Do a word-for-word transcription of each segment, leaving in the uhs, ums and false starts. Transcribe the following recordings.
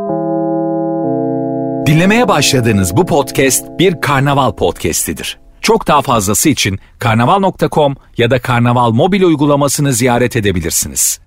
Dinlemeye başladığınız bu podcast bir karnaval podcastidir. Çok daha fazlası için karnaval nokta com ya da karnaval mobil uygulamasını ziyaret edebilirsiniz.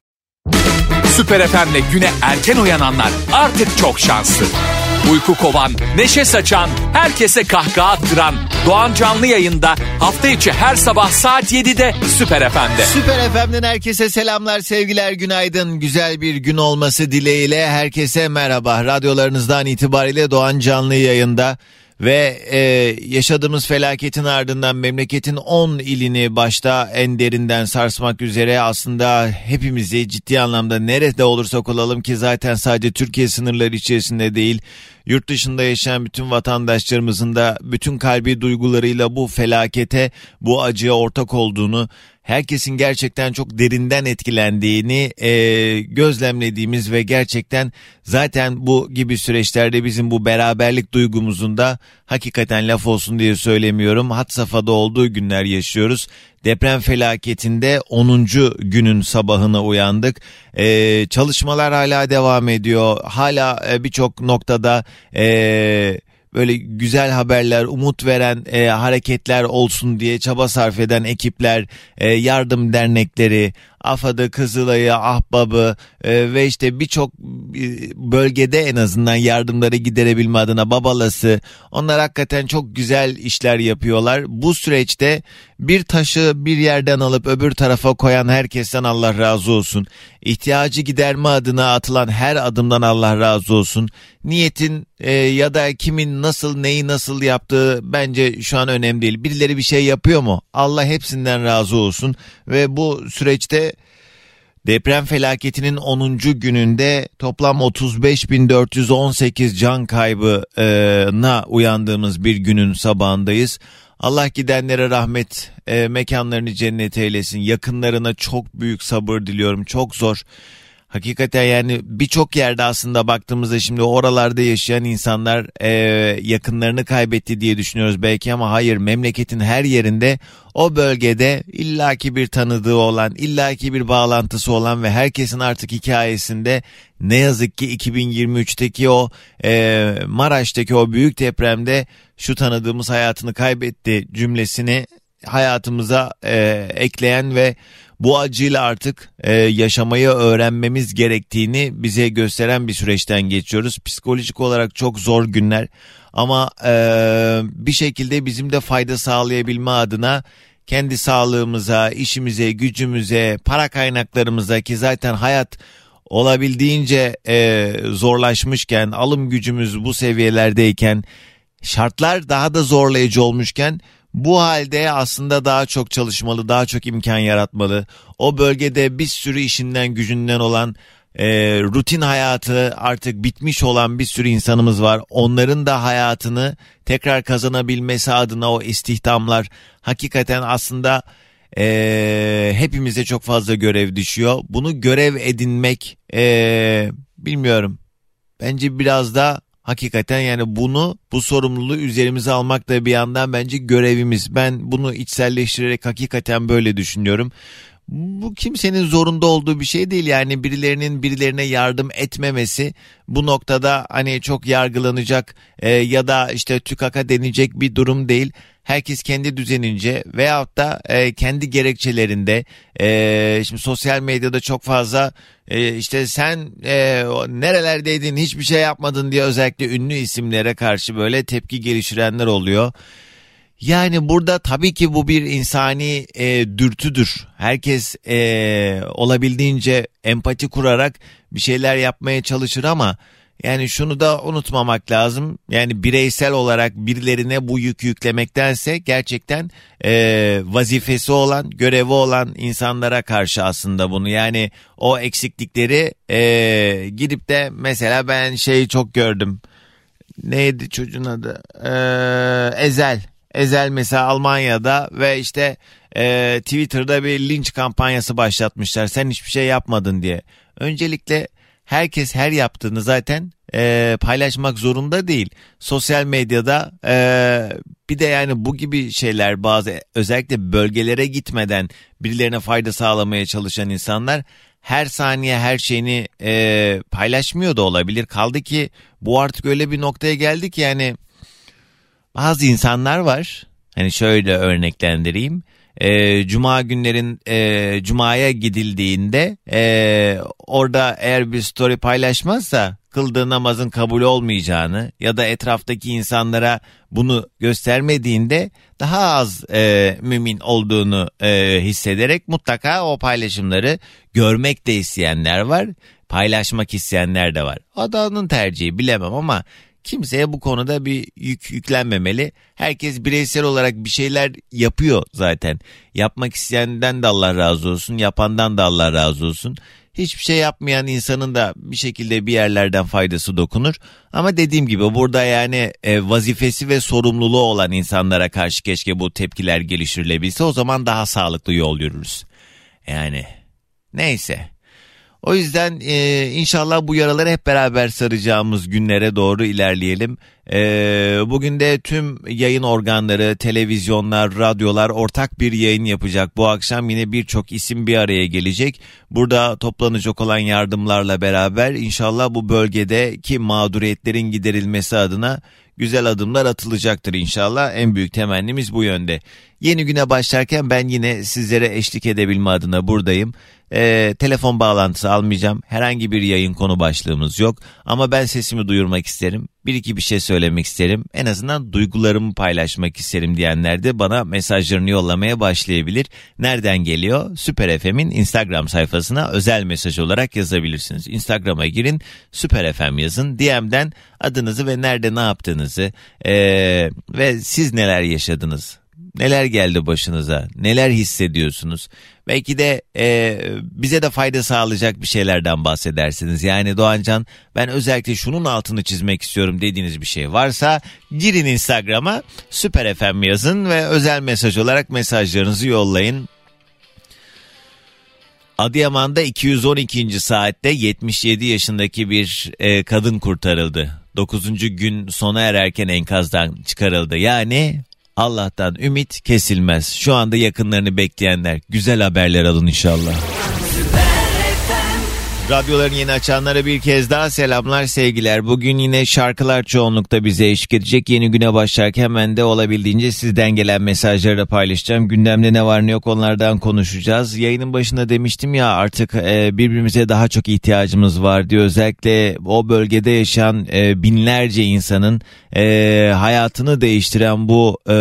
Süper F M'le güne erken uyananlar artık çok şanslı. Uyku kovan, neşe saçan, herkese kahkaha attıran Doğan Canlı Yayında hafta içi her sabah saat yedide Süper F M'de. Süper F M'den herkese selamlar, sevgiler, günaydın. Güzel bir gün olması dileğiyle herkese merhaba. Radyolarınızdan itibariyle Doğan Canlı Yayında. Ve e, yaşadığımız felaketin ardından memleketin on ilini başta en derinden sarsmak üzere aslında hepimizi ciddi anlamda nerede olursak olalım ki zaten sadece Türkiye sınırları içerisinde değil, yurt dışında yaşayan bütün vatandaşlarımızın da bütün kalbi duygularıyla bu felakete, bu acıya ortak olduğunu, herkesin gerçekten çok derinden etkilendiğini e, gözlemlediğimiz ve gerçekten zaten bu gibi süreçlerde bizim bu beraberlik duygumuzun da hakikaten laf olsun diye söylemiyorum, had safhada olduğu günler yaşıyoruz. Deprem felaketinde onuncu günün sabahına uyandık. Ee, çalışmalar hala devam ediyor. Hala e, birçok noktada e, böyle güzel haberler, umut veren e, hareketler olsun diye çaba sarf eden ekipler, e, yardım dernekleri, AFAD'ı, Kızılay'ı, Ahbab'ı e, ve işte birçok bölgede en azından yardımları giderebilme adına Babalası, onlar hakikaten çok güzel işler yapıyorlar. Bu süreçte bir taşı bir yerden alıp öbür tarafa koyan herkesten Allah razı olsun. İhtiyacı giderme adına atılan her adımdan Allah razı olsun. Niyetin e, ya da kimin nasıl neyi nasıl yaptığı bence şu an önemli değil. Birileri bir şey yapıyor mu? Allah hepsinden razı olsun ve bu süreçte deprem felaketinin onuncu gününde toplam otuz beş bin dört yüz on sekiz can kaybına uyandığımız bir günün sabahındayız. Allah gidenlere rahmet, e, mekanlarını cennet eylesin. Yakınlarına çok büyük sabır diliyorum. Çok zor. Hakikaten yani birçok yerde aslında baktığımızda şimdi oralarda yaşayan insanlar e, yakınlarını kaybetti diye düşünüyoruz belki ama hayır, memleketin her yerinde o bölgede illaki bir tanıdığı olan, illaki bir bağlantısı olan ve herkesin artık hikayesinde ne yazık ki iki bin yirmi üçteki o e, Maraş'taki o büyük depremde şu tanıdığımız hayatını kaybetti cümlesini hayatımıza e, ekleyen ve bu acıyla artık e, yaşamayı öğrenmemiz gerektiğini bize gösteren bir süreçten geçiyoruz. Psikolojik olarak çok zor günler ama e, bir şekilde bizim de fayda sağlayabilme adına kendi sağlığımıza, işimize, gücümüze, para kaynaklarımıza ki zaten hayat olabildiğince e, zorlaşmışken, alım gücümüz bu seviyelerdeyken, şartlar daha da zorlayıcı olmuşken bu halde aslında daha çok çalışmalı, daha çok imkan yaratmalı. O bölgede bir sürü işinden gücünden olan, e, rutin hayatı artık bitmiş olan bir sürü insanımız var. Onların da hayatını tekrar kazanabilmesi adına o istihdamlar hakikaten aslında e, hepimize çok fazla görev düşüyor. Bunu görev edinmek e, bilmiyorum. Bence biraz da hakikaten yani bunu, bu sorumluluğu üzerimize almak da bir yandan bence görevimiz. Ben bunu içselleştirerek hakikaten böyle düşünüyorum. Bu kimsenin zorunda olduğu bir şey değil, yani birilerinin birilerine yardım etmemesi bu noktada hani çok yargılanacak e, ya da işte tükaka denecek bir durum değil. Herkes kendi düzenince veyahut da e, kendi gerekçelerinde e, şimdi sosyal medyada çok fazla e, işte sen e, nerelerdeydin, hiçbir şey yapmadın diye özellikle ünlü isimlere karşı böyle tepki geliştirenler oluyor. Yani burada tabii ki bu bir insani e, dürtüdür. Herkes e, olabildiğince empati kurarak bir şeyler yapmaya çalışır ama yani şunu da unutmamak lazım. Yani bireysel olarak birilerine bu yükü yüklemektense gerçekten e, vazifesi olan, görevi olan insanlara karşı aslında bunu. Yani o eksiklikleri e, gidip de mesela ben şeyi çok gördüm. Neydi çocuğun adı? E, Ezel. Ezel mesela Almanya'da ve işte e, Twitter'da bir linç kampanyası başlatmışlar. Sen hiçbir şey yapmadın diye. Öncelikle herkes her yaptığını zaten e, paylaşmak zorunda değil. Sosyal medyada e, bir de yani bu gibi şeyler, bazı özellikle bölgelere gitmeden birilerine fayda sağlamaya çalışan insanlar her saniye her şeyini e, paylaşmıyor da olabilir. Kaldı ki bu artık öyle bir noktaya geldi ki yani bazı insanlar var. Hani şöyle örneklendireyim. E, Cuma günlerin e, Cuma'ya gidildiğinde e, orada eğer bir story paylaşmazsa kıldığı namazın kabul olmayacağını ya da etraftaki insanlara bunu göstermediğinde daha az e, mümin olduğunu e, hissederek mutlaka o paylaşımları görmek de isteyenler var, paylaşmak isteyenler de var. O da onun tercihi, bilemem ama kimseye bu konuda bir yük yüklenmemeli. Herkes bireysel olarak bir şeyler yapıyor zaten. Yapmak isteyenden de Allah razı olsun, yapandan da Allah razı olsun. Hiçbir şey yapmayan insanın da bir şekilde bir yerlerden faydası dokunur. Ama dediğim gibi burada yani e, vazifesi ve sorumluluğu olan insanlara karşı keşke bu tepkiler geliştirilebilse, o zaman daha sağlıklı yol yürürüz. Yani neyse. O yüzden e, inşallah bu yaraları hep beraber saracağımız günlere doğru ilerleyelim. E, bugün de tüm yayın organları, televizyonlar, radyolar ortak bir yayın yapacak. Bu akşam yine birçok isim bir araya gelecek. Burada toplanacak olan yardımlarla beraber inşallah bu bölgedeki mağduriyetlerin giderilmesi adına güzel adımlar atılacaktır inşallah. En büyük temennimiz bu yönde. Yeni güne başlarken ben yine sizlere eşlik edebilme adına buradayım. Ee, telefon bağlantısı almayacağım. Herhangi bir yayın konu başlığımız yok. Ama ben sesimi duyurmak isterim. Bir iki bir şey söylemek isterim. En azından duygularımı paylaşmak isterim diyenler de bana mesajlarını yollamaya başlayabilir. Nereden geliyor? Süper F M'in Instagram sayfasına özel mesaj olarak yazabilirsiniz. Instagram'a girin, Süper F M yazın. D M'den adınızı ve nerede ne yaptığınızı ee, ve siz neler yaşadınız? Neler geldi başınıza? Neler hissediyorsunuz? Belki de e, bize de fayda sağlayacak bir şeylerden bahsedersiniz. Yani Doğancan, ben özellikle şunun altını çizmek istiyorum dediğiniz bir şey varsa girin Instagram'a, Süper F M yazın ve özel mesaj olarak mesajlarınızı yollayın. Adıyaman'da iki yüz on ikinci saatte yetmiş yedi yaşındaki bir e, kadın kurtarıldı. dokuzuncu gün sona ererken enkazdan çıkarıldı. Yani Allah'tan ümit kesilmez. Şu anda yakınlarını bekleyenler güzel haberler alın inşallah. Radyoların yeni açanlara bir kez daha selamlar, sevgiler. Bugün yine şarkılar çoğunlukta bize eşlik edecek. Yeni güne başlarken ben de olabildiğince sizden gelen mesajları da paylaşacağım. Gündemde ne var ne yok onlardan konuşacağız. Yayının başında demiştim ya, artık e, birbirimize daha çok ihtiyacımız var diye. Özellikle o bölgede yaşayan e, binlerce insanın e, hayatını değiştiren bu e,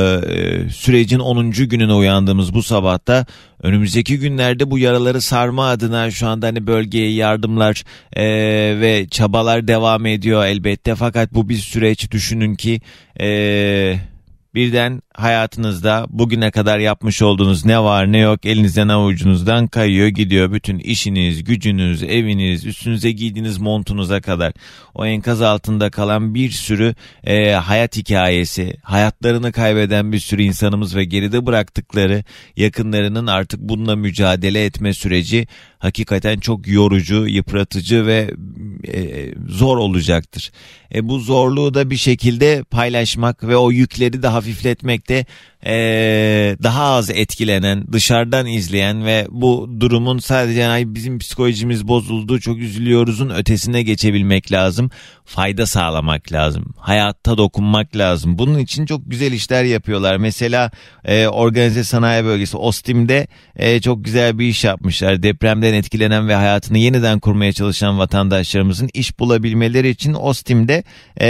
sürecin onuncu gününe uyandığımız bu sabahta, önümüzdeki günlerde bu yaraları sarma adına şu anda hani bölgeye yardımlar e, ve çabalar devam ediyor elbette. Fakat bu bir süreç, düşünün ki e, birden hayatınızda bugüne kadar yapmış olduğunuz ne var ne yok elinizden avucunuzdan kayıyor gidiyor. Bütün işiniz, gücünüz, eviniz, üstünüze giydiğiniz montunuza kadar o enkaz altında kalan bir sürü e, hayat hikayesi, hayatlarını kaybeden bir sürü insanımız ve geride bıraktıkları yakınlarının artık bununla mücadele etme süreci hakikaten çok yorucu, yıpratıcı ve e, zor olacaktır. E, bu zorluğu da bir şekilde paylaşmak ve o yükleri de hafifletmek de Ee, daha az etkilenen, dışarıdan izleyen ve bu durumun sadece ay bizim psikolojimiz bozuldu, çok üzülüyoruzun ötesine geçebilmek lazım. Fayda sağlamak lazım. Hayatta dokunmak lazım. Bunun için çok güzel işler yapıyorlar. Mesela e, Organize Sanayi Bölgesi OSTİM'de e, çok güzel bir iş yapmışlar. Depremden etkilenen ve hayatını yeniden kurmaya çalışan vatandaşlarımızın iş bulabilmeleri için OSTİM'de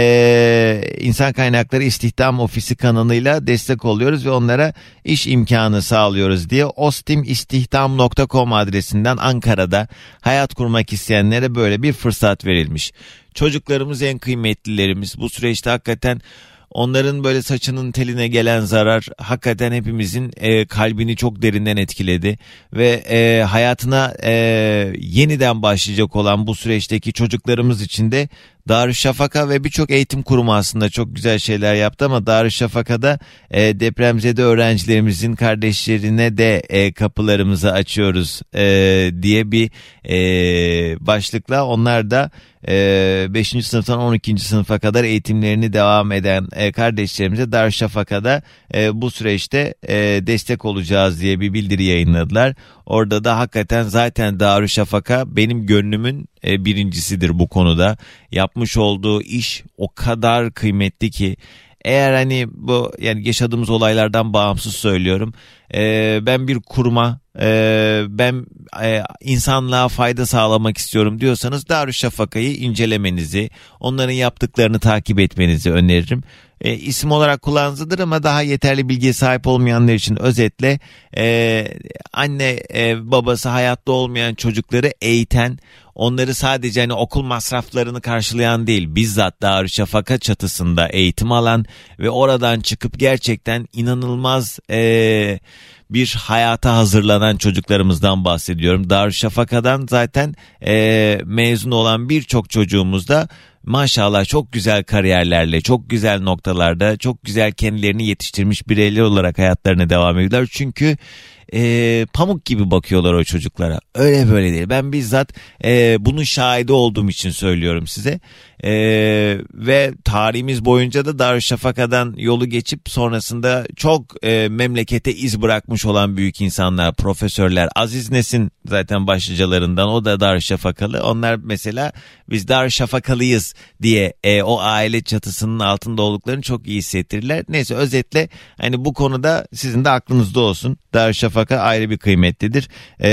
e, İnsan Kaynakları İstihdam Ofisi kanalıyla destek oluyoruz ve onlara iş imkanı sağlıyoruz diye ostim istihdam nokta com adresinden Ankara'da hayat kurmak isteyenlere böyle bir fırsat verilmiş. Çocuklarımız en kıymetlilerimiz. Bu süreçte hakikaten onların böyle saçının teline gelen zarar hakikaten hepimizin e, kalbini çok derinden etkiledi ve e, hayatına e, yeniden başlayacak olan bu süreçteki çocuklarımız için de Darüşşafaka ve birçok eğitim kurumu aslında çok güzel şeyler yaptı ama Darüşşafaka'da e, depremzede öğrencilerimizin kardeşlerine de e, kapılarımızı açıyoruz e, diye bir e, başlıkla onlar da beşinci sınıftan on ikinci sınıfa kadar eğitimlerini devam eden kardeşlerimize Darüşşafaka'da bu süreçte destek olacağız diye bir bildiri yayınladılar. Orada da hakikaten zaten Darüşşafaka benim gönlümün birincisidir bu konuda. Yapmış olduğu iş o kadar kıymetli ki. Eğer hani bu yani yaşadığımız olaylardan bağımsız söylüyorum. Ee, ben bir kuruma, e, ben e, insanlığa fayda sağlamak istiyorum diyorsanız Darüşşafaka'yı incelemenizi, onların yaptıklarını takip etmenizi öneririm. E, isim olarak kullanıcıdır ama daha yeterli bilgiye sahip olmayanlar için özetle e, anne e, babası hayatta olmayan çocukları eğiten, onları sadece hani okul masraflarını karşılayan değil, bizzat Darüşşafaka çatısında eğitim alan ve oradan çıkıp gerçekten inanılmaz e, bir hayata hazırlanan çocuklarımızdan bahsediyorum. Darüşşafaka'dan zaten e, mezun olan birçok çocuğumuz da maşallah çok güzel kariyerlerle, çok güzel noktalarda, çok güzel kendilerini yetiştirmiş bireyler olarak hayatlarına devam ediyorlar. Çünkü e, pamuk gibi bakıyorlar o çocuklara. Öyle böyle değil. Ben bizzat e, bunun şahidi olduğum için söylüyorum size. E, ve tarihimiz boyunca da Darüşşafaka'dan yolu geçip sonrasında çok e, memlekete iz bırakmış olan büyük insanlar, profesörler. Aziz Nesin zaten başlıcalarından, o da Darüşşafakalı. Onlar mesela biz Darüşşafakalıyız diye e, o aile çatısının altında olduklarını çok iyi hissettirirler. Neyse, özetle hani bu konuda sizin de aklınızda olsun. Darüşşafaka ayrı bir kıymetlidir. Ee,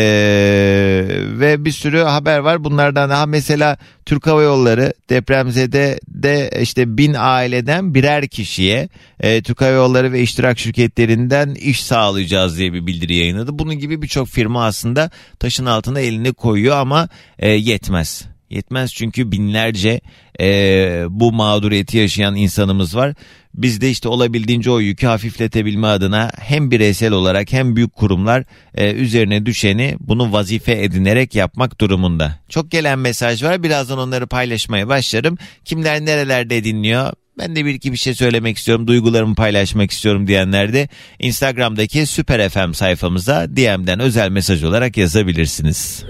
ve bir sürü haber var. Bunlardan daha mesela Türk Hava Yolları depremzede de işte bin aileden birer kişiye e, Türk Hava Yolları ve iştirak şirketlerinden iş sağlayacağız diye bir bildiri yayınladı. Bunun gibi birçok firma aslında taşın altına elini koyuyor ama e, yetmez. Yetmez çünkü binlerce e, bu mağduriyeti yaşayan insanımız var. Biz de işte olabildiğince o yükü hafifletebilme adına hem bireysel olarak hem büyük kurumlar e, üzerine düşeni bunu vazife edinerek yapmak durumunda. Çok gelen mesaj var, birazdan onları paylaşmaya başlarım. Kimler nerelerde dinliyor? Ben de bir iki bir şey söylemek istiyorum, duygularımı paylaşmak istiyorum diyenler de Instagram'daki Süper F M sayfamıza D M'den özel mesaj olarak yazabilirsiniz.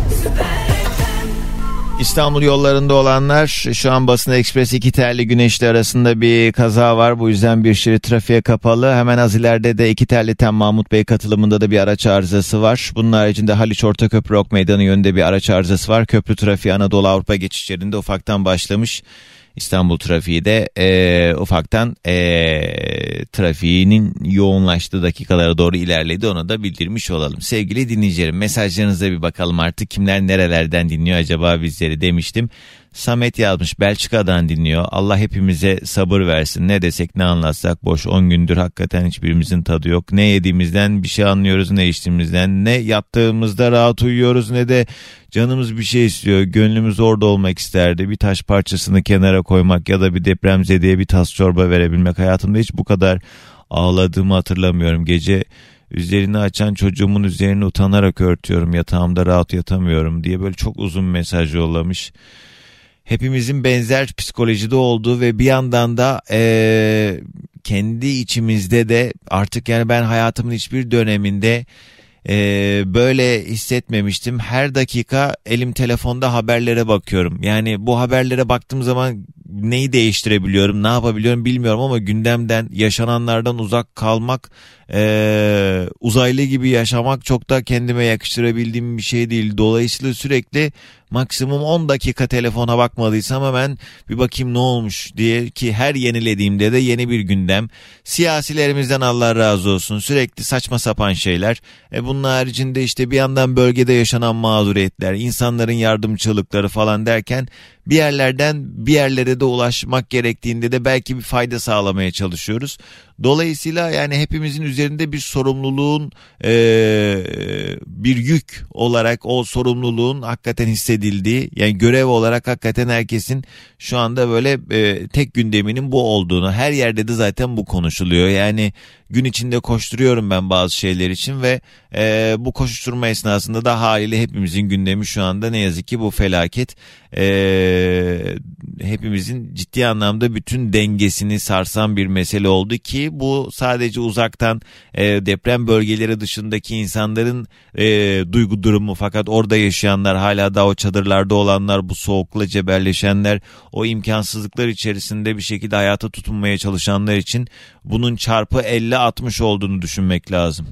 İstanbul yollarında olanlar, şu an Basın Ekspres iki Terli Güneşli arasında bir kaza var. Bu yüzden bir şerit trafiğe kapalı. Hemen az ileride de iki Terli Tem Mahmut Bey katılımında da bir araç arızası var. Bunun haricinde Haliç Ortaköprü Ok Meydanı yönünde bir araç arızası var. Köprü trafiği Anadolu Avrupa geçişlerinde ufaktan başlamış. İstanbul trafiği de e, ufaktan e, trafiğinin yoğunlaştığı dakikalara doğru ilerledi. Onu da bildirmiş olalım. Sevgili dinleyicilerim, mesajlarınıza bir bakalım artık. Kimler nerelerden dinliyor acaba bizleri demiştim. Samet yazmış, Belçika'dan dinliyor. Allah hepimize sabır versin. Ne desek ne anlatsak boş. on gündür hakikaten hiçbirimizin tadı yok. Ne yediğimizden bir şey anlıyoruz, ne içtiğimizden. Ne yattığımızda rahat uyuyoruz, ne de canımız bir şey istiyor. Gönlümüz orada olmak isterdi. Bir taş parçasını kenara koymak ya da bir depremzedeye bir tas çorba verebilmek. Hayatımda hiç bu kadar ağladığımı hatırlamıyorum. Gece üzerini açan çocuğumun üzerine utanarak örtüyorum. Yatağımda rahat yatamıyorum diye böyle çok uzun mesaj yollamış. Hepimizin benzer psikolojide olduğu ve bir yandan da e, kendi içimizde de artık, yani ben hayatımın hiçbir döneminde e, böyle hissetmemiştim. Her dakika elim telefonda haberlere bakıyorum. Yani bu haberlere baktığım zaman neyi değiştirebiliyorum, ne yapabiliyorum bilmiyorum ama gündemden, yaşananlardan uzak kalmak, e, uzaylı gibi yaşamak çok da kendime yakıştırabildiğim bir şey değil. Dolayısıyla sürekli maksimum on dakika telefona bakmadıysam hemen bir bakayım ne olmuş diye, ki her yenilediğimde de yeni bir gündem. Siyasilerimizden Allah razı olsun, sürekli saçma sapan şeyler. E bunun haricinde işte bir yandan bölgede yaşanan mağduriyetler, insanların yardımcılıkları falan derken bir yerlerden bir yerlere de ulaşmak gerektiğinde de belki bir fayda sağlamaya çalışıyoruz. Dolayısıyla yani hepimizin üzerinde bir sorumluluğun, e, bir yük olarak o sorumluluğun hakikaten hissedildiği, yani görev olarak hakikaten herkesin şu anda böyle e, tek gündeminin bu olduğunu, her yerde de zaten bu konuşuluyor. Yani gün içinde koşturuyorum ben bazı şeyler için ve e, bu koşuşturma esnasında da haliyle hepimizin gündemi şu anda ne yazık ki bu felaket. E, hepimizin ciddi anlamda bütün dengesini sarsan bir mesele oldu ki bu sadece uzaktan e, deprem bölgeleri dışındaki insanların e, duygu durumu, fakat orada yaşayanlar, hala da o çadırlarda olanlar, bu soğukla cebelleşenler, o imkansızlıklar içerisinde bir şekilde hayata tutunmaya çalışanlar için bunun çarpı elli altmış olduğunu düşünmek lazım.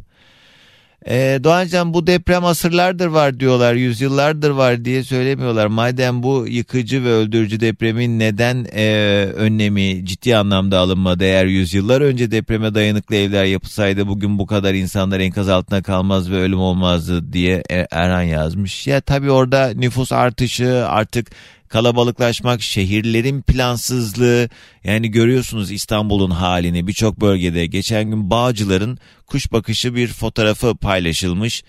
Ee, Doğancan, bu deprem asırlardır var diyorlar, yüzyıllardır var diye söylemiyorlar. Madem bu yıkıcı ve öldürücü depremin neden e, önlemi ciddi anlamda alınmadı? Eğer yüzyıllar önce depreme dayanıklı evler yapılsaydı bugün bu kadar insanlar enkaz altında kalmaz ve ölüm olmazdı diye Erhan yazmış. Ya tabii orada nüfus artışı, artık kalabalıklaşmak, şehirlerin plansızlığı, yani görüyorsunuz İstanbul'un halini birçok bölgede. Geçen gün Bağcılar'ın kuş bakışı bir fotoğrafı paylaşılmış.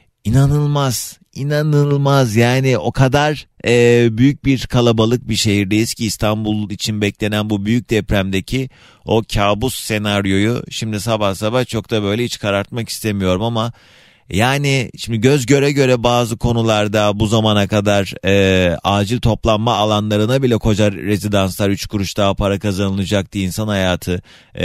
İnanılmaz, inanılmaz yani o kadar e, büyük bir kalabalık bir şehirdeyiz ki İstanbul için beklenen bu büyük depremdeki o kabus senaryoyu şimdi sabah sabah çok da böyle hiç karartmak istemiyorum ama yani şimdi göz göre göre bazı konularda bu zamana kadar e, acil toplanma alanlarına bile koca rezidanslar, üç kuruş daha para kazanılacak diye insan hayatı e,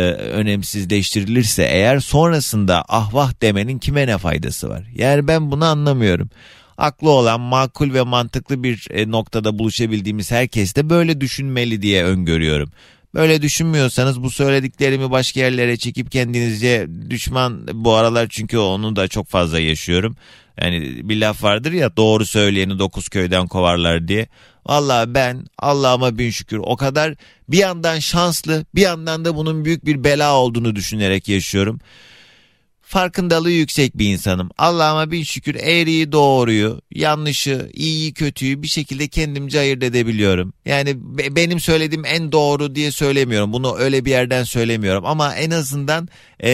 önemsizleştirilirse eğer, sonrasında ah vah demenin kime ne faydası var? Yani ben bunu anlamıyorum. Aklı olan, makul ve mantıklı bir e, noktada buluşabildiğimiz herkes de böyle düşünmeli diye öngörüyorum. Böyle düşünmüyorsanız bu söylediklerimi başka yerlere çekip kendinizce düşman, bu aralar çünkü onu da çok fazla yaşıyorum. Yani bir laf vardır ya, doğru söyleyeni dokuz köyden kovarlar diye. Vallahi ben Allah'ıma bin şükür o kadar bir yandan şanslı, bir yandan da bunun büyük bir bela olduğunu düşünerek yaşıyorum. Farkındalığı yüksek bir insanım. Allah'ıma bin şükür eğriyi doğruyu, yanlışı, iyiyi kötüyü bir şekilde kendimce ayırt edebiliyorum. Yani be- benim söylediğim en doğru diye söylemiyorum. Bunu öyle bir yerden söylemiyorum. Ama en azından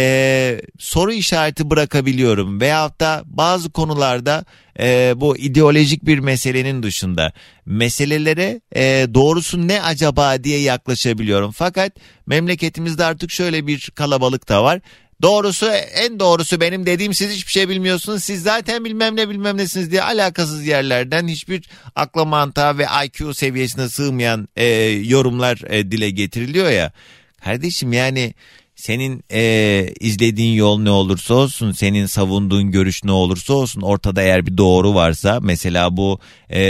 ee, soru işareti bırakabiliyorum. Veyahut da bazı konularda ee, bu ideolojik bir meselenin dışında meselelere ee, doğrusu ne acaba diye yaklaşabiliyorum. Fakat memleketimizde artık şöyle bir kalabalık da var. Doğrusu, en doğrusu benim dediğim, siz hiçbir şey bilmiyorsunuz, siz zaten bilmem ne bilmem nesiniz diye alakasız yerlerden hiçbir akla, mantığa ve I Q seviyesine sığmayan e, yorumlar e, dile getiriliyor ya. Kardeşim yani senin e, izlediğin yol ne olursa olsun, senin savunduğun görüş ne olursa olsun, ortada eğer bir doğru varsa, mesela bu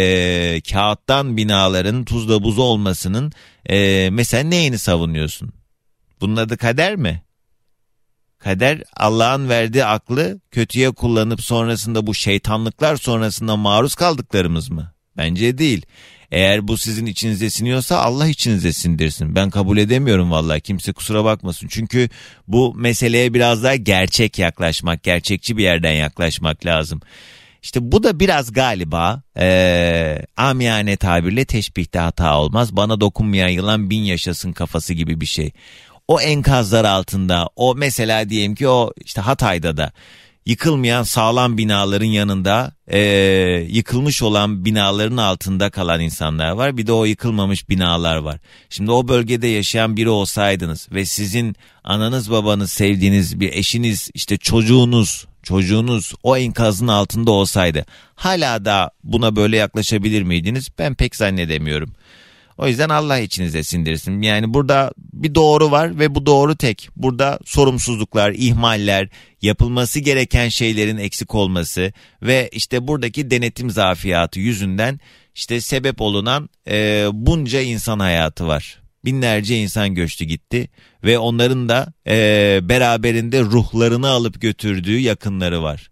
e, kağıttan binaların tuzla buz olmasının e, mesela neyini savunuyorsun? Bunun adı kader mi? Kader, Allah'ın verdiği aklı kötüye kullanıp sonrasında bu şeytanlıklar sonrasında maruz kaldıklarımız mı? Bence değil. Eğer bu sizin içinize siniyorsa Allah içinize sindirsin. Ben kabul edemiyorum vallahi, kimse kusura bakmasın. Çünkü bu meseleye biraz daha gerçek yaklaşmak, gerçekçi bir yerden yaklaşmak lazım. İşte bu da biraz galiba ee, amiyane tabirle teşbihte hata olmaz. Bana dokunmayan yılan bin yaşasın kafası gibi bir şey. O enkazlar altında, o mesela diyelim ki o işte Hatay'da da yıkılmayan sağlam binaların yanında e, yıkılmış olan binaların altında kalan insanlar var. Bir de o yıkılmamış binalar var. Şimdi o bölgede yaşayan biri olsaydınız ve sizin ananız, babanız, sevdiğiniz bir eşiniz, işte çocuğunuz, çocuğunuz o enkazın altında olsaydı hala da buna böyle yaklaşabilir miydiniz? Ben pek zannedemiyorum. O yüzden Allah içinize sindirsin. Yani burada bir doğru var ve bu doğru tek. Burada sorumsuzluklar, ihmaller, yapılması gereken şeylerin eksik olması ve işte buradaki denetim zafiyatı yüzünden işte sebep olunan e, bunca insan hayatı var. Binlerce insan göçtü gitti ve onların da e, beraberinde ruhlarını alıp götürdüğü yakınları var.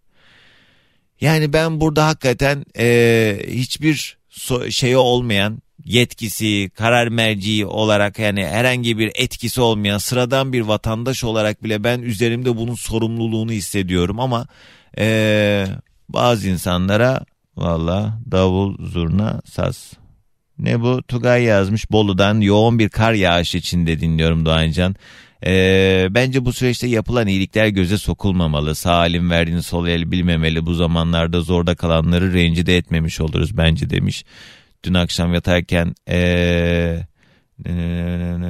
Yani ben burada hakikaten e, hiçbir so- şeyi olmayan, yetkisi, karar merciği olarak, yani herhangi bir etkisi olmayan sıradan bir vatandaş olarak bile ben üzerimde bunun sorumluluğunu hissediyorum ama ee, bazı insanlara valla davul zurna saz. Ne bu? Tugay yazmış Bolu'dan, yoğun bir kar yağışı içinde dinliyorum Doğancan. Ee, bence bu süreçte yapılan iyilikler göze sokulmamalı. Sağ elin verdiğini sol el bilmemeli. Bu zamanlarda zorda kalanları rencide etmemiş oluruz bence demiş. Dün akşam yatarken ee,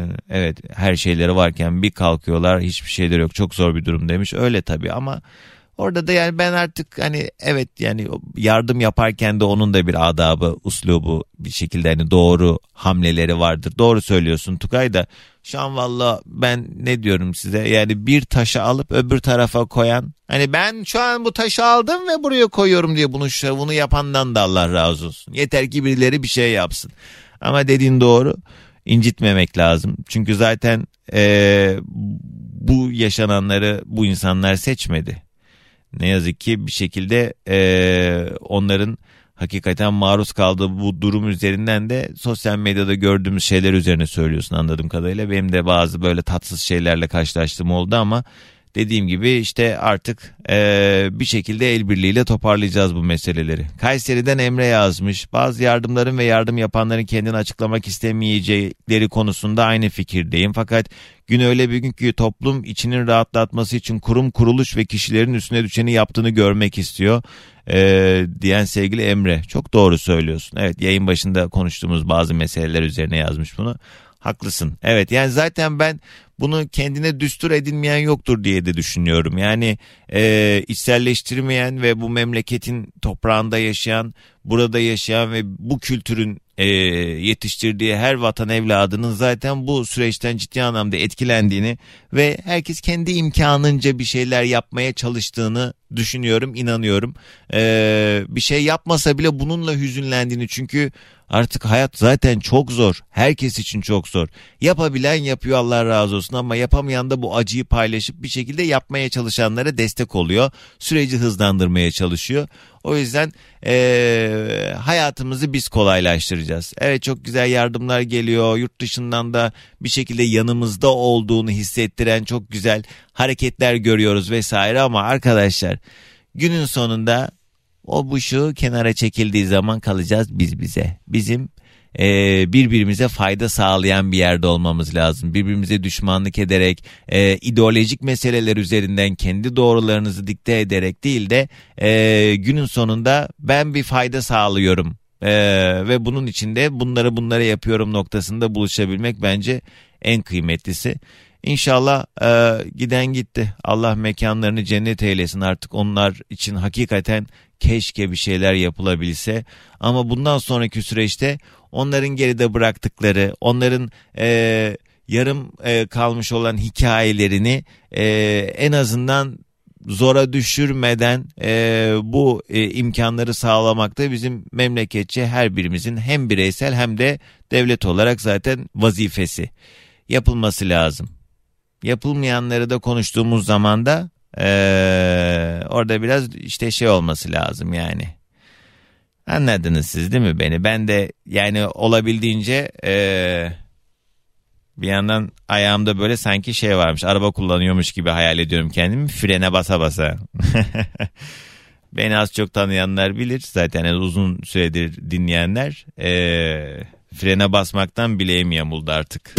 evet her şeyleri varken bir kalkıyorlar hiçbir şeyleri yok, çok zor bir durum demiş. Öyle tabii ama Orada da yani ben artık hani evet yani yardım yaparken de onun da bir adabı, uslubu bir şekilde hani doğru hamleleri vardır. Doğru söylüyorsun Tugay da şu an valla ben ne diyorum size yani bir taşı alıp öbür tarafa koyan hani ben şu an bu taşı aldım ve buraya koyuyorum diye bunu bunu yapandan da Allah razı olsun. Yeter ki birileri bir şey yapsın. Ama dediğin doğru, incitmemek lazım. Çünkü zaten ee, bu yaşananları bu insanlar seçmedi. Ne yazık ki bir şekilde e, onların hakikaten maruz kaldığı bu durum üzerinden de sosyal medyada gördüğümüz şeyler üzerine söylüyorsun anladığım kadarıyla. Benim de bazı böyle tatsız şeylerle karşılaştığım oldu ama dediğim gibi işte artık e, bir şekilde el birliğiyle toparlayacağız bu meseleleri. Kayseri'den Emre yazmış. Bazı yardımların ve yardım yapanların kendini açıklamak istemeyecekleri konusunda aynı fikirdeyim. Fakat gün öyle bir gün ki toplum içinin rahatlatması için kurum, kuruluş ve kişilerin üstüne düşeni yaptığını görmek istiyor. Ee, diyen sevgili Emre. Çok doğru söylüyorsun. Evet, yayın başında konuştuğumuz bazı meseleler üzerine yazmış bunu. Haklısın. Evet, yani zaten ben bunu kendine düstur edinmeyen yoktur diye de düşünüyorum. Yani e, içselleştirmeyen ve bu memleketin toprağında yaşayan, burada yaşayan ve bu kültürün e, yetiştirdiği her vatan evladının zaten bu süreçten ciddi anlamda etkilendiğini ve herkes kendi imkanınca bir şeyler yapmaya çalıştığını düşünüyorum, inanıyorum. E, bir şey yapmasa bile bununla hüzünlendiğini, çünkü artık hayat zaten çok zor. Herkes için çok zor. Yapabilen yapıyor, Allah razı olsun, ama yapamayan da bu acıyı paylaşıp bir şekilde yapmaya çalışanlara destek oluyor. Süreci hızlandırmaya çalışıyor. O yüzden ee, hayatımızı biz kolaylaştıracağız. Evet, çok güzel yardımlar geliyor. Yurt dışından da bir şekilde yanımızda olduğunu hissettiren çok güzel hareketler görüyoruz vesaire, ama arkadaşlar günün sonunda o bu şu kenara çekildiği zaman kalacağız biz bize. Bizim e, birbirimize fayda sağlayan bir yerde olmamız lazım. Birbirimize düşmanlık ederek, e, ideolojik meseleler üzerinden kendi doğrularınızı dikte ederek değil de e, günün sonunda ben bir fayda sağlıyorum e, ve bunun içinde bunları bunları yapıyorum noktasında buluşabilmek bence en kıymetlisi. İnşallah e, giden gitti. Allah mekanlarını cennet eylesin. Artık onlar için hakikaten keşke bir şeyler yapılabilse. Ama bundan sonraki süreçte onların geride bıraktıkları, onların e, yarım e, kalmış olan hikayelerini e, en azından zora düşürmeden e, bu e, imkanları sağlamakta bizim memleketçe her birimizin hem bireysel hem de devlet olarak zaten vazifesi. Yapılması lazım. Yapılmayanları da konuştuğumuz zaman da ee, orada biraz işte şey olması lazım yani. Anladınız siz değil mi beni? Ben de yani olabildiğince ee, bir yandan ayağımda böyle sanki şey varmış, araba kullanıyormuş gibi hayal ediyorum kendimi, frene basa basa. Beni az çok tanıyanlar bilir zaten, yani uzun süredir dinleyenler, ee, frene basmaktan bileğim yamuldu artık.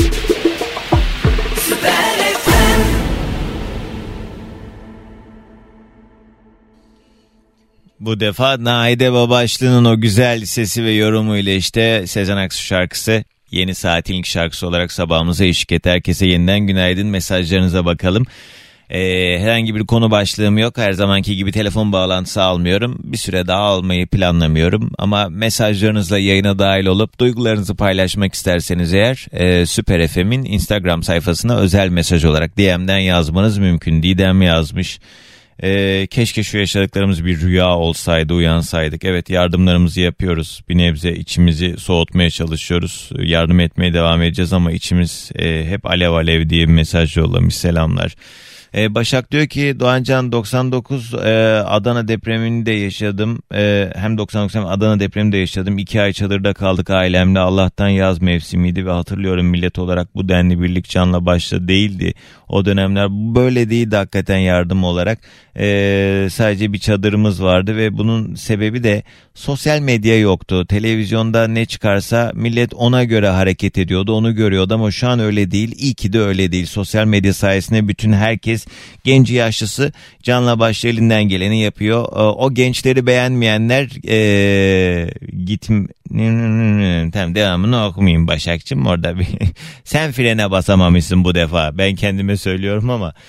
Bu defa Naide Babaşlı'nın o güzel sesi ve yorumuyla işte Sezen Aksu şarkısı yeni saatin ilk şarkısı olarak sabahımıza eşlik etti. Herkese yeniden günaydın, mesajlarınıza bakalım. Ee, herhangi bir konu başlığım yok. Her zamanki gibi telefon bağlantısı almıyorum. Bir süre daha almayı planlamıyorum. Ama mesajlarınızla yayına dahil olup duygularınızı paylaşmak isterseniz eğer e, Süper F M'in Instagram sayfasına özel mesaj olarak D M'den yazmanız mümkün. Didem yazmış. Ee, keşke şu yaşadıklarımız bir rüya olsaydı, uyansaydık. Evet, yardımlarımızı yapıyoruz. Bir nebze içimizi soğutmaya çalışıyoruz. Yardım etmeye devam edeceğiz ama içimiz e, hep alev alev diye bir mesaj yollamış. Selamlar. Ee, Başak diyor ki Doğancan doksan dokuz e, Adana depremini de yaşadım. E, hem doksan dokuz hem Adana depremini de yaşadım. İki ay çadırda kaldık ailemle. Allah'tan yaz mevsimiydi ve hatırlıyorum millet olarak bu denli birlik canla başla değildi. O dönemler böyle değildi hakikaten yardım olarak. E, sadece bir çadırımız vardı ve bunun sebebi de sosyal medya yoktu. Televizyonda ne çıkarsa millet ona göre hareket ediyordu, onu görüyordu ama şu an öyle değil. İyi ki de öyle değil. Sosyal medya sayesinde bütün herkes, genci yaşlısı canla başla elinden geleni yapıyor. O gençleri beğenmeyenler ee, gitm tamam devamını okumayayım Başakçım, orada bir sen frene basamamışsın bu defa, ben kendime söylüyorum ama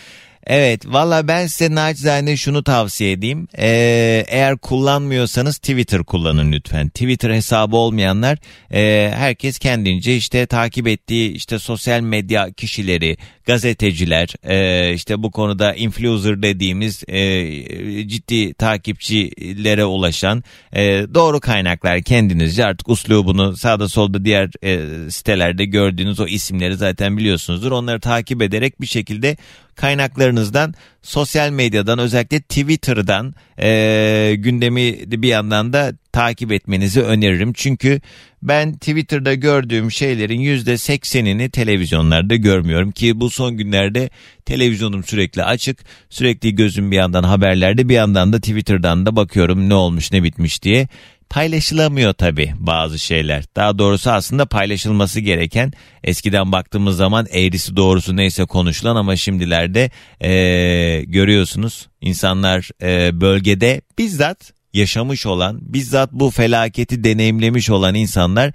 Evet, valla ben size naçizane şunu tavsiye edeyim. Ee, eğer kullanmıyorsanız Twitter kullanın lütfen. Twitter hesabı olmayanlar, e, herkes kendince işte takip ettiği işte sosyal medya kişileri, gazeteciler, e, işte bu konuda influencer dediğimiz e, ciddi takipçilere ulaşan e, doğru kaynaklar, kendinizce artık uslubunu sağda solda diğer e, sitelerde gördüğünüz o isimleri zaten biliyorsunuzdur. Onları takip ederek bir şekilde kaynaklarınızdan, sosyal medyadan, özellikle Twitter'dan e, gündemi bir yandan da takip etmenizi öneririm. Çünkü ben Twitter'da gördüğüm şeylerin yüzde seksenini televizyonlarda görmüyorum ki bu son günlerde televizyonum sürekli açık. Sürekli gözüm bir yandan haberlerde, bir yandan da Twitter'dan da bakıyorum ne olmuş ne bitmiş diye. Paylaşılamıyor tabii bazı şeyler. Daha doğrusu aslında paylaşılması gereken, eskiden baktığımız zaman eğrisi doğrusu neyse konuşulan, ama şimdilerde ee, görüyorsunuz insanlar ee, bölgede bizzat yaşamış olan, bizzat bu felaketi deneyimlemiş olan insanlar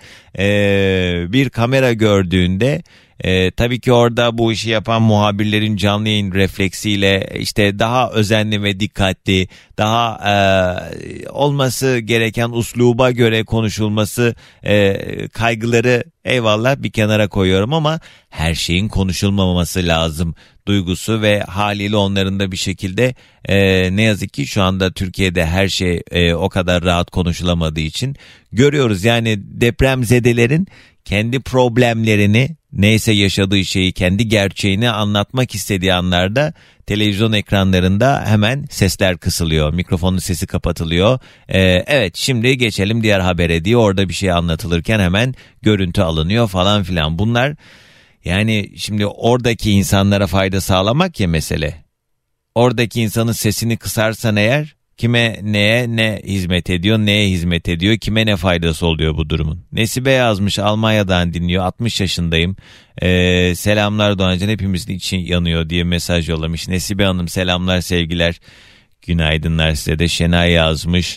ee, bir kamera gördüğünde Ee, tabii ki orada bu işi yapan muhabirlerin canlı yayın refleksiyle işte daha özenli ve dikkatli, daha e, olması gereken usluba göre konuşulması e, kaygıları eyvallah bir kenara koyuyorum, ama her şeyin konuşulmaması lazım duygusu ve haliyle onların da bir şekilde e, ne yazık ki şu anda Türkiye'de her şey e, o kadar rahat konuşulamadığı için görüyoruz. Yani depremzedelerin kendi problemlerini, neyse yaşadığı şeyi, kendi gerçeğini anlatmak istediği anlarda televizyon ekranlarında hemen sesler kısılıyor, mikrofonun sesi kapatılıyor. Ee, evet, şimdi geçelim diğer habere diye orada bir şey anlatılırken hemen görüntü alınıyor falan filan. Bunlar yani şimdi oradaki insanlara fayda sağlamak ya mesele. Oradaki insanın sesini kısarsan eğer, kime neye ne hizmet ediyor, neye hizmet ediyor, kime ne faydası oluyor bu durumun. Nesibe yazmış, Almanya'dan dinliyor, altmış yaşındayım. Ee, selamlar Doğancan, hepimizin için yanıyor diye mesaj yollamış. Nesibe Hanım selamlar, sevgiler, günaydınlar size de. Şenay yazmış.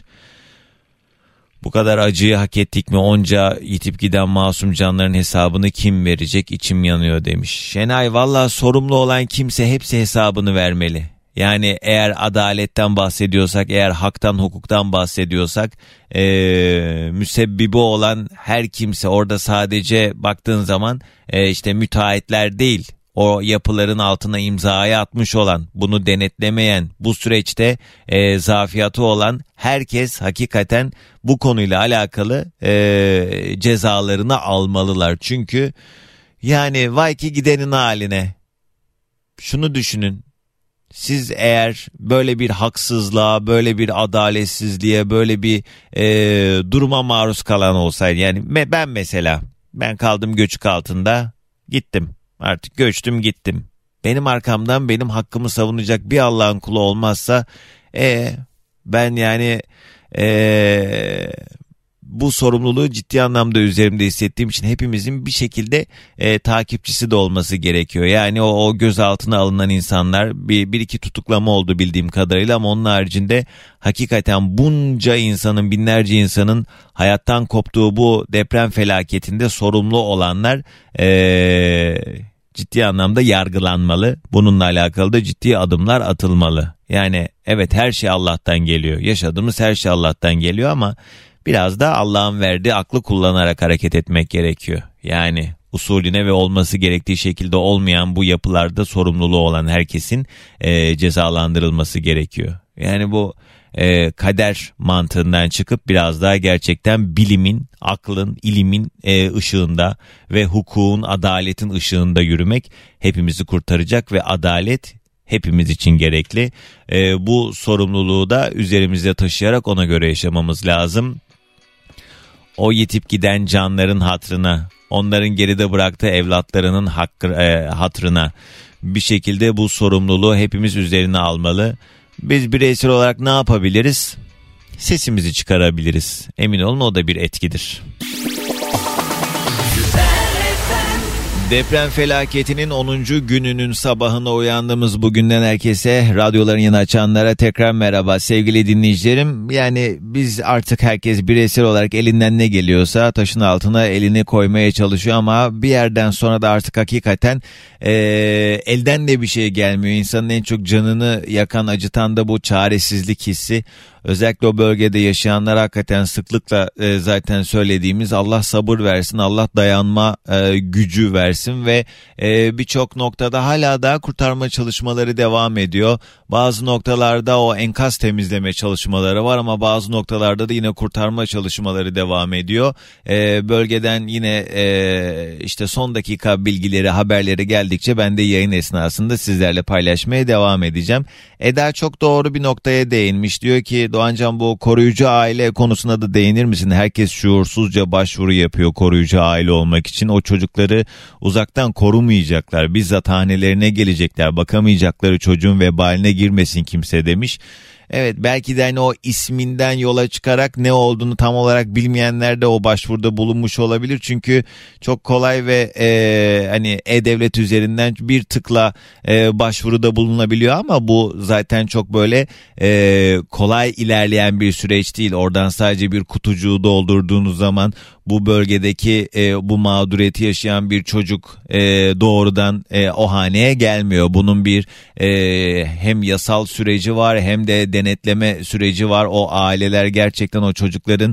Bu kadar acıyı hak ettik mi? Onca yitip giden masum canların hesabını kim verecek? İçim yanıyor demiş. Şenay, vallahi sorumlu olan kimse hepsi hesabını vermeli. Yani eğer adaletten bahsediyorsak, eğer haktan, hukuktan bahsediyorsak, ee, müsebbibi olan her kimse, orada sadece baktığın zaman e, işte müteahhitler değil, o yapıların altına imzayı atmış olan, bunu denetlemeyen, bu süreçte e, zafiyatı olan herkes hakikaten bu konuyla alakalı e, cezalarını almalılar. Çünkü yani vay ki gidenin haline. Şunu düşünün. Siz eğer böyle bir haksızlığa, böyle bir adaletsizliğe, böyle bir e, duruma maruz kalan olsaydı, yani me, ben mesela, ben kaldım göçük altında, gittim, artık göçtüm gittim. Benim arkamdan benim hakkımı savunacak bir Allah'ın kulu olmazsa, e, ben yani e, bu sorumluluğu ciddi anlamda üzerimde hissettiğim için hepimizin bir şekilde e, takipçisi de olması gerekiyor. Yani o, o gözaltına alınan insanlar, bir, bir iki tutuklama oldu bildiğim kadarıyla, ama onun haricinde hakikaten bunca insanın, binlerce insanın hayattan koptuğu bu deprem felaketinde sorumlu olanlar e, ciddi anlamda yargılanmalı. Bununla alakalı da ciddi adımlar atılmalı. Yani evet, her şey Allah'tan geliyor. Yaşadığımız her şey Allah'tan geliyor, ama biraz da Allah'ın verdiği aklı kullanarak hareket etmek gerekiyor. Yani usulüne ve olması gerektiği şekilde olmayan bu yapılarda sorumluluğu olan herkesin e, cezalandırılması gerekiyor. Yani bu e, kader mantığından çıkıp biraz daha gerçekten bilimin, aklın, ilimin e, ışığında ve hukukun, adaletin ışığında yürümek hepimizi kurtaracak ve adalet hepimiz için gerekli. E, bu sorumluluğu da üzerimizde taşıyarak ona göre yaşamamız lazım. O yitip giden canların hatırına, onların geride bıraktığı evlatlarının hakkı, e, hatırına bir şekilde bu sorumluluğu hepimiz üzerine almalı. Biz bireysel olarak ne yapabiliriz? Sesimizi çıkarabiliriz. Emin olun, o da bir etkidir. Deprem felaketinin onuncu gününün sabahına uyandığımız bugünden herkese, radyoların yeni açanlara tekrar merhaba sevgili dinleyicilerim. Yani biz artık herkes bireysel olarak elinden ne geliyorsa taşın altına elini koymaya çalışıyor ama bir yerden sonra da artık hakikaten e, elden de bir şey gelmiyor. İnsanın en çok canını yakan, acıtan da bu çaresizlik hissi. Özellikle o bölgede yaşayanlar hakikaten sıklıkla e, zaten söylediğimiz Allah sabır versin, Allah dayanma e, gücü versin ve e, birçok noktada hala daha kurtarma çalışmaları devam ediyor. Bazı noktalarda o enkaz temizleme çalışmaları var ama bazı noktalarda da yine kurtarma çalışmaları devam ediyor. E, bölgeden yine e, işte son dakika bilgileri, haberleri geldikçe ben de yayın esnasında sizlerle paylaşmaya devam edeceğim. Eda çok doğru bir noktaya değinmiş. Diyor ki Doğancan, bu koruyucu aile konusuna da değinir misin? Herkes şuursuzca başvuru yapıyor koruyucu aile olmak için. O çocukları uzaktan korumayacaklar. Bizzat hanelerine gelecekler. Bakamayacakları çocuğun vebaline girmesin kimse demiş. Evet, belki de hani o isminden yola çıkarak ne olduğunu tam olarak bilmeyenler de o başvuruda bulunmuş olabilir. Çünkü çok kolay ve e, hani e-devlet üzerinden bir tıkla e, başvuruda bulunabiliyor ama bu zaten çok böyle e, kolay ilerleyen bir süreç değil. Oradan sadece bir kutucuğu doldurduğunuz zaman bu bölgedeki e, bu mağduriyeti yaşayan bir çocuk e, doğrudan e, o haneye gelmiyor. Bunun bir e, hem yasal süreci var hem de denetleme süreci var. O aileler gerçekten o çocukların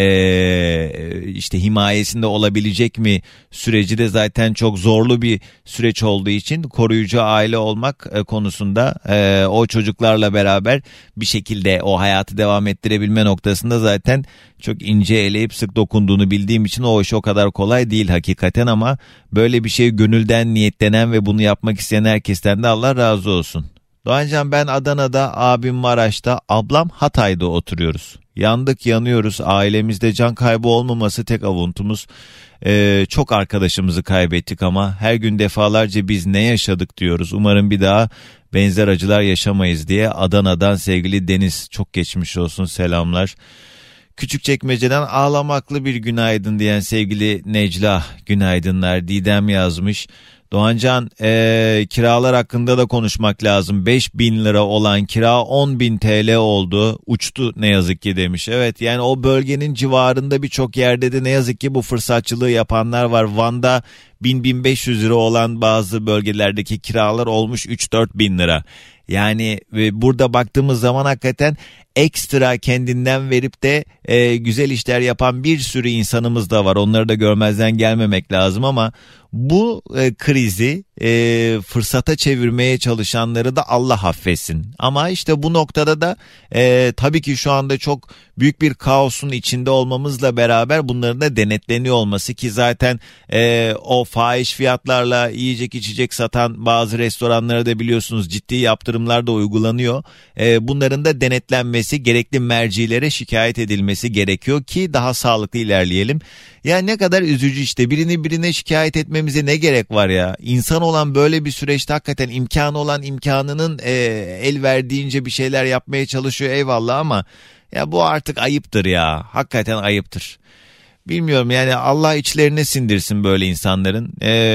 e, işte himayesinde olabilecek mi süreci de zaten çok zorlu bir süreç olduğu için koruyucu aile olmak e, konusunda e, o çocuklarla beraber bir şekilde o hayatı devam ettirebilme noktasında zaten çok ince eleyip sık dokunduğunu bildiğim için o iş o kadar kolay değil hakikaten ama böyle bir şey gönülden niyetlenen ve bunu yapmak isteyen herkesten de Allah razı olsun. Doğancan, ben Adana'da, abim Maraş'ta, ablam Hatay'da oturuyoruz. Yandık, yanıyoruz. Ailemizde can kaybı olmaması tek avuntumuz. Ee, çok arkadaşımızı kaybettik ama her gün defalarca biz ne yaşadık diyoruz. Umarım bir daha benzer acılar yaşamayız diye Adana'dan sevgili Deniz, çok geçmiş olsun, selamlar. Küçükçekmece'den ağlamaklı bir günaydın diyen sevgili Necla, günaydınlar. Didem yazmış. Doğancan, ee, kiralar hakkında da konuşmak lazım. beş bin lira olan kira on bin T L oldu. Uçtu ne yazık ki demiş. Evet, yani o bölgenin civarında birçok yerde de ne yazık ki bu fırsatçılığı yapanlar var. Van'da bin bin beş yüz lira olan bazı bölgelerdeki kiralar olmuş üç dört bin lira. Yani e, burada baktığımız zaman hakikaten ekstra kendinden verip de e, güzel işler yapan bir sürü insanımız da var. Onları da görmezden gelmemek lazım ama bu e, krizi e, fırsata çevirmeye çalışanları da Allah affetsin. Ama işte bu noktada da e, tabii ki şu anda çok büyük bir kaosun içinde olmamızla beraber bunların da denetleniyor olması ki zaten e, o fahiş fiyatlarla yiyecek içecek satan bazı restoranlara da biliyorsunuz ciddi yaptırımlar da uygulanıyor. E, bunların da denetlenmesi, gerekli mercilere şikayet edilmesi gerekiyor ki daha sağlıklı ilerleyelim. Ya ne kadar üzücü işte, birini birine şikayet etmemize ne gerek var ya? İnsan olan böyle bir süreçte hakikaten imkanı olan imkanının e, el verdiğince bir şeyler yapmaya çalışıyor, eyvallah, ama ya bu artık ayıptır ya, hakikaten ayıptır. Bilmiyorum yani, Allah içlerine sindirsin böyle insanların.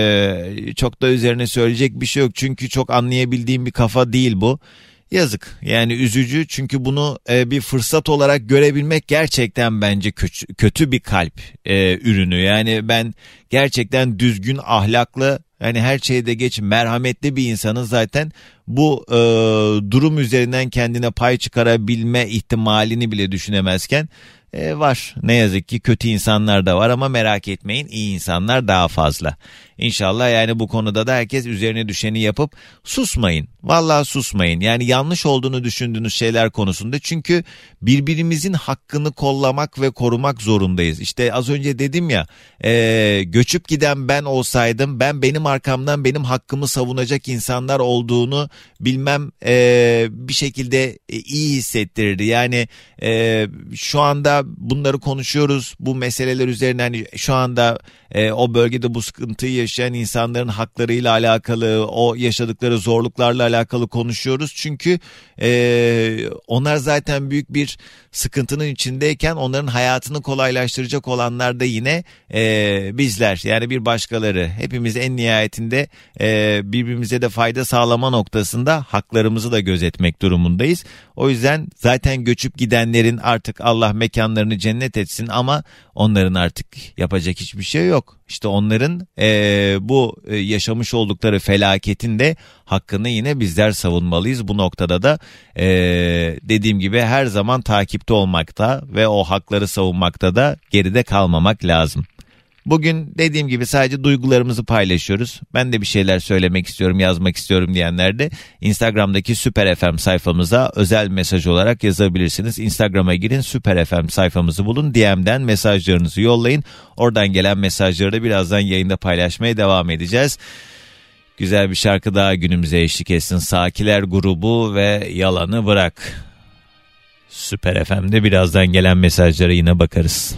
Ee, çok da üzerine söyleyecek bir şey yok çünkü çok anlayabildiğim bir kafa değil bu. Yazık, yani üzücü, çünkü bunu e, bir fırsat olarak görebilmek gerçekten bence kötü, kötü bir kalp e, ürünü. Yani ben gerçekten düzgün, ahlaklı, hani her şeyde geç merhametli bir insanın zaten bu e, durum üzerinden kendine pay çıkarabilme ihtimalini bile düşünemezken e, var. Ne yazık ki kötü insanlar da var ama merak etmeyin, iyi insanlar daha fazla. İnşallah yani bu konuda da herkes üzerine düşeni yapıp susmayın. Vallahi susmayın. Yani yanlış olduğunu düşündüğünüz şeyler konusunda, çünkü birbirimizin hakkını kollamak ve korumak zorundayız. İşte az önce dedim ya, e, göçüp giden ben olsaydım, ben benim arkamdan benim hakkımı savunacak insanlar olduğunu bilmem e, bir şekilde e, iyi hissettirirdi. Yani e, şu anda bunları konuşuyoruz, bu meseleler üzerine, hani şu anda e, o bölgede bu sıkıntıyı yaşayan insanların haklarıyla alakalı, o yaşadıkları zorluklarla alakalı konuşuyoruz. Çünkü e, onlar zaten büyük bir sıkıntının içindeyken onların hayatını kolaylaştıracak olanlar da yine e, bizler. Yani bir başkaları. Hepimiz en nihayetinde e, birbirimize de fayda sağlama noktasında haklarımızı da gözetmek durumundayız. O yüzden zaten göçüp gidenlerin artık Allah mekanlarını cennet etsin ama onların artık yapacak hiçbir şey yok. İşte onların e, bu e, yaşamış oldukları felaketin de hakkını yine bizler savunmalıyız. Bu noktada da e, dediğim gibi her zaman takipte olmakta ve o hakları savunmakta da geride kalmamak lazım. Bugün dediğim gibi sadece duygularımızı paylaşıyoruz. Ben de bir şeyler söylemek istiyorum, yazmak istiyorum diyenler de Instagram'daki Süper F M sayfamıza özel mesaj olarak yazabilirsiniz. Instagram'a girin, Süper F M sayfamızı bulun. D M'den mesajlarınızı yollayın. Oradan gelen mesajları da birazdan yayında paylaşmaya devam edeceğiz. Güzel bir şarkı daha günümüze eşlik etsin. Sakiler grubu ve Yalanı Bırak. Süper F M'de birazdan gelen mesajlara yine bakarız.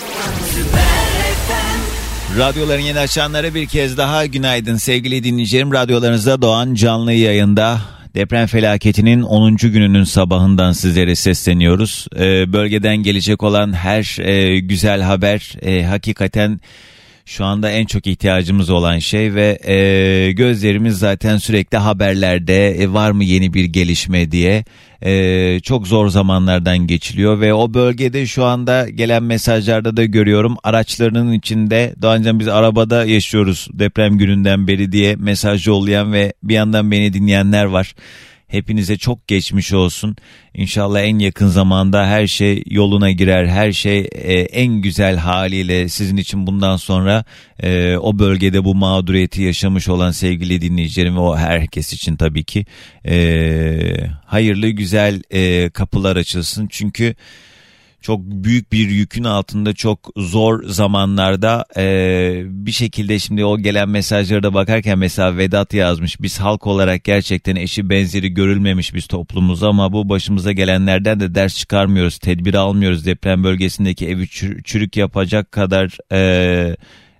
Radyoların yeni açanlara bir kez daha günaydın sevgili dinleyicilerim. Radyolarınızda Doğan canlı yayında. Deprem felaketinin onuncu gününün sabahından sizlere sesleniyoruz. Ee, bölgeden gelecek olan her e, güzel haber e, hakikaten şu anda en çok ihtiyacımız olan şey ve e, gözlerimiz zaten sürekli haberlerde e, var mı yeni bir gelişme diye e, çok zor zamanlardan geçiliyor ve o bölgede şu anda gelen mesajlarda da görüyorum araçlarının içinde Doğancan biz arabada yaşıyoruz deprem gününden beri diye mesaj yollayan ve bir yandan beni dinleyenler var. Hepinize çok geçmiş olsun. İnşallah en yakın zamanda her şey yoluna girer. Her şey e, en güzel haliyle sizin için bundan sonra e, o bölgede bu mağduriyeti yaşamış olan sevgili dinleyicilerim ve o herkes için tabii ki e, hayırlı güzel e, kapılar açılsın. Çünkü çok büyük bir yükün altında çok zor zamanlarda e, bir şekilde şimdi o gelen mesajlara da bakarken mesela Vedat yazmış. Biz halk olarak gerçekten eşi benzeri görülmemiş biz toplumuz ama bu başımıza gelenlerden de ders çıkarmıyoruz. Tedbir almıyoruz. Deprem bölgesindeki evi çür- çürük yapacak kadar e,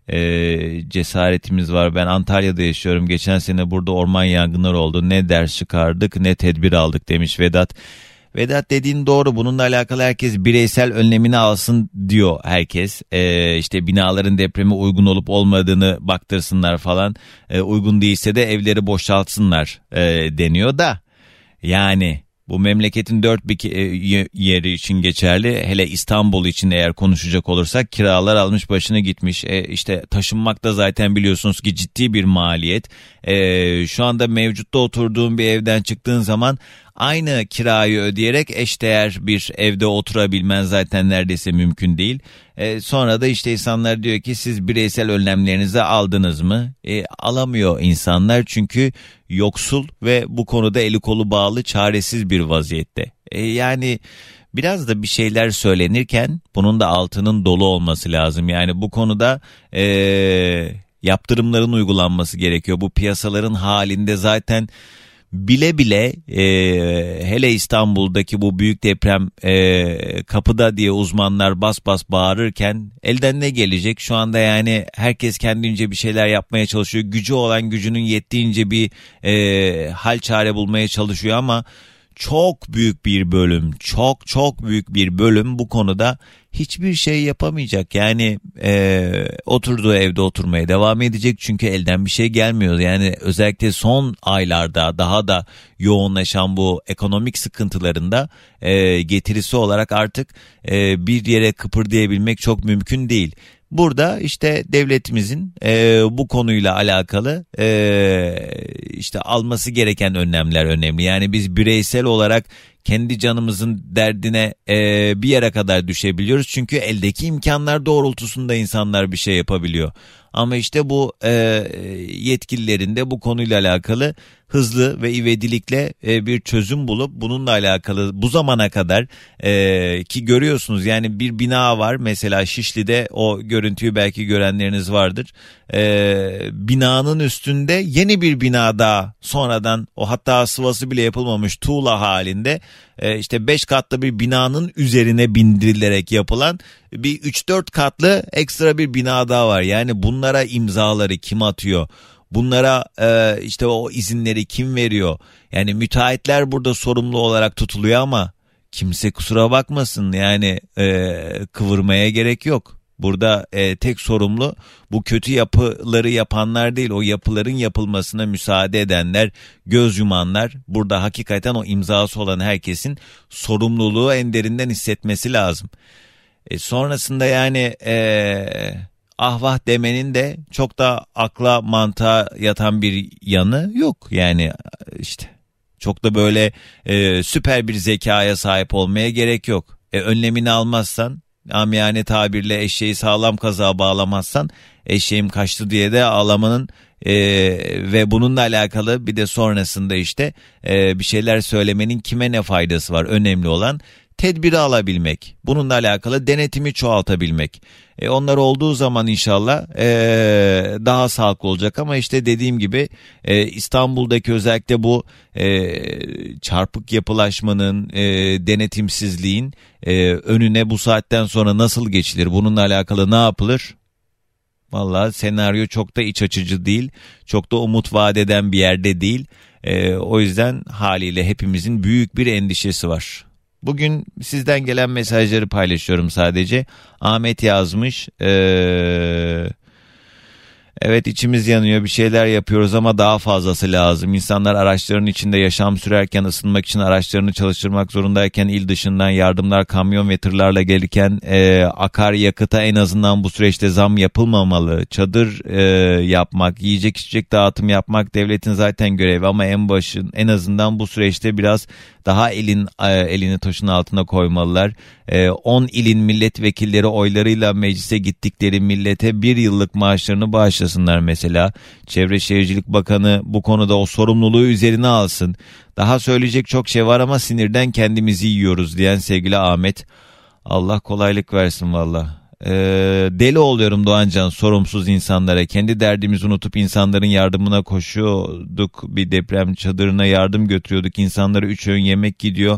e, cesaretimiz var. Ben Antalya'da yaşıyorum. Geçen sene burada orman yangınları oldu. Ne ders çıkardık ne tedbir aldık demiş Vedat. Vedat dediğin doğru. Bununla alakalı herkes bireysel önlemini alsın diyor herkes. Ee, işte binaların depreme uygun olup olmadığını baktırsınlar falan. Ee, uygun değilse de evleri boşaltsınlar e, deniyor da. Yani bu memleketin dört bir yeri için geçerli. Hele İstanbul için eğer konuşacak olursak kiralar almış başına gitmiş. E, işte taşınmak da zaten biliyorsunuz ki ciddi bir maliyet. E, şu anda mevcutta oturduğun bir evden çıktığın zaman aynı kirayı ödeyerek eşdeğer bir evde oturabilmen zaten neredeyse mümkün değil. E, sonra da işte insanlar diyor ki siz bireysel önlemlerinizi aldınız mı? E, alamıyor insanlar çünkü yoksul ve bu konuda eli kolu bağlı çaresiz bir vaziyette. E, yani biraz da bir şeyler söylenirken bunun da altının dolu olması lazım. Yani bu konuda e, yaptırımların uygulanması gerekiyor. Bu piyasaların halinde zaten bile bile e, hele İstanbul'daki bu büyük deprem e, kapıda diye uzmanlar bas bas bağırırken elden ne gelecek? Şu anda yani herkes kendince bir şeyler yapmaya çalışıyor. Gücü olan gücünün yettiğince bir e, hal çare bulmaya çalışıyor ama çok büyük bir bölüm, çok çok büyük bir bölüm bu konuda hiçbir şey yapamayacak. Yani e, oturduğu evde oturmaya devam edecek çünkü elden bir şey gelmiyor. Yani özellikle son aylarda daha da yoğunlaşan bu ekonomik sıkıntılarında e, getirisi olarak artık e, bir yere kıpırdayabilmek çok mümkün değil. Burada işte devletimizin e, bu konuyla alakalı e, işte alması gereken önlemler önemli. Yani biz bireysel olarak kendi canımızın derdine e, bir yere kadar düşebiliyoruz. Çünkü eldeki imkanlar doğrultusunda insanlar bir şey yapabiliyor. Ama işte bu e, yetkililerin de bu konuyla alakalı hızlı ve ivedilikle e, bir çözüm bulup bununla alakalı bu zamana kadar e, ki görüyorsunuz yani bir bina var mesela Şişli'de, o görüntüyü belki görenleriniz vardır. E, binanın üstünde yeni bir bina daha sonradan, o hatta sıvası bile yapılmamış tuğla halinde e, işte beş katlı bir binanın üzerine bindirilerek yapılan bir üç dört katlı ekstra bir bina daha var. Yani bunlara imzaları kim atıyor? Bunlara e, işte o izinleri kim veriyor? Yani müteahhitler burada sorumlu olarak tutuluyor ama kimse kusura bakmasın, yani e, kıvırmaya gerek yok. Burada e, tek sorumlu bu kötü yapıları yapanlar değil, o yapıların yapılmasına müsaade edenler, göz yumanlar. Burada hakikaten o imzası olan herkesin sorumluluğu en derinden hissetmesi lazım. E, sonrasında yani e, ah vah demenin de çok da akla mantığa yatan bir yanı yok. Yani işte çok da böyle e, süper bir zekaya sahip olmaya gerek yok. E, önlemini almazsan, amiyane tabirle eşeği sağlam kazığa bağlamazsan eşeğim kaçtı diye de ağlamanın e, ve bununla alakalı bir de sonrasında işte e, bir şeyler söylemenin kime ne faydası var? Önemli olan tedbiri alabilmek. Bununla alakalı denetimi çoğaltabilmek. E, onlar olduğu zaman inşallah e, daha sağlıklı olacak ama işte dediğim gibi e, İstanbul'daki özellikle bu e, çarpık yapılaşmanın, e, denetimsizliğin e, önüne bu saatten sonra nasıl geçilir? Bununla alakalı ne yapılır? Vallahi senaryo çok da iç açıcı değil, çok da umut vaat eden bir yerde değil. E, o yüzden haliyle hepimizin büyük bir endişesi var. Bugün sizden gelen mesajları paylaşıyorum sadece. Ahmet yazmış. Ee, evet, içimiz yanıyor, bir şeyler yapıyoruz ama daha fazlası lazım. İnsanlar araçların içinde yaşam sürerken, ısınmak için araçlarını çalıştırmak zorundayken, il dışından yardımlar kamyon ve tırlarla gelirken e, akaryakıta en azından bu süreçte zam yapılmamalı. Çadır e, yapmak, yiyecek içecek dağıtım yapmak devletin zaten görevi ama en başın en azından bu süreçte biraz daha elin elini taşın altına koymalılar. on ilin milletvekilleri oylarıyla meclise gittikleri millete bir yıllık maaşlarını bağışlasınlar mesela. Çevre Şehircilik Bakanı bu konuda o sorumluluğu üzerine alsın. Daha söyleyecek çok şey var ama sinirden kendimizi yiyoruz diyen sevgili Ahmet. Allah kolaylık versin valla. Ee, deli oluyorum Doğancan sorumsuz insanlara. Kendi derdimizi unutup insanların yardımına koşuyorduk. Bir deprem çadırına yardım götürüyorduk. İnsanlara üç öğün yemek gidiyor.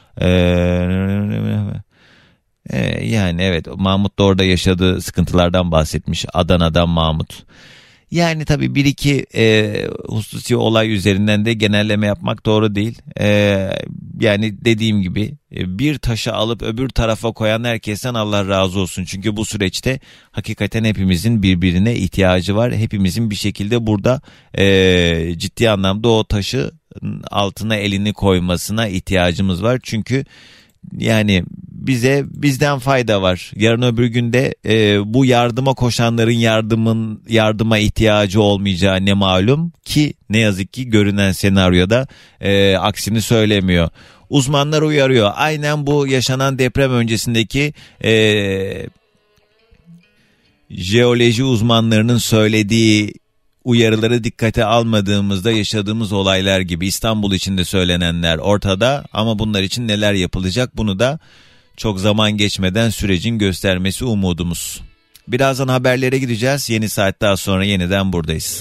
Ee, e, yani evet, Mahmut da orada yaşadığı sıkıntılardan bahsetmiş. Adana'dan Mahmut. Yani tabii bir iki e, hususi olay üzerinden de genelleme yapmak doğru değil. E, yani dediğim gibi e, bir taşı alıp öbür tarafa koyan herkesten Allah razı olsun. Çünkü bu süreçte hakikaten hepimizin birbirine ihtiyacı var. Hepimizin bir şekilde burada e, ciddi anlamda o taşı altına elini koymasına ihtiyacımız var. Çünkü yani bize bizden fayda var. Yarın öbür günde e, bu yardıma koşanların yardımın yardıma ihtiyacı olmayacağı ne malum ki ne yazık ki görünen senaryoda e, aksini söylemiyor. Uzmanlar uyarıyor. Aynen bu yaşanan deprem öncesindeki e, jeoloji uzmanlarının söylediği uyarıları dikkate almadığımızda yaşadığımız olaylar gibi İstanbul için de söylenenler ortada ama bunlar için neler yapılacak bunu da çok zaman geçmeden sürecin göstermesi umudumuz. Birazdan haberlere gideceğiz. Yeni saat daha sonra yeniden buradayız.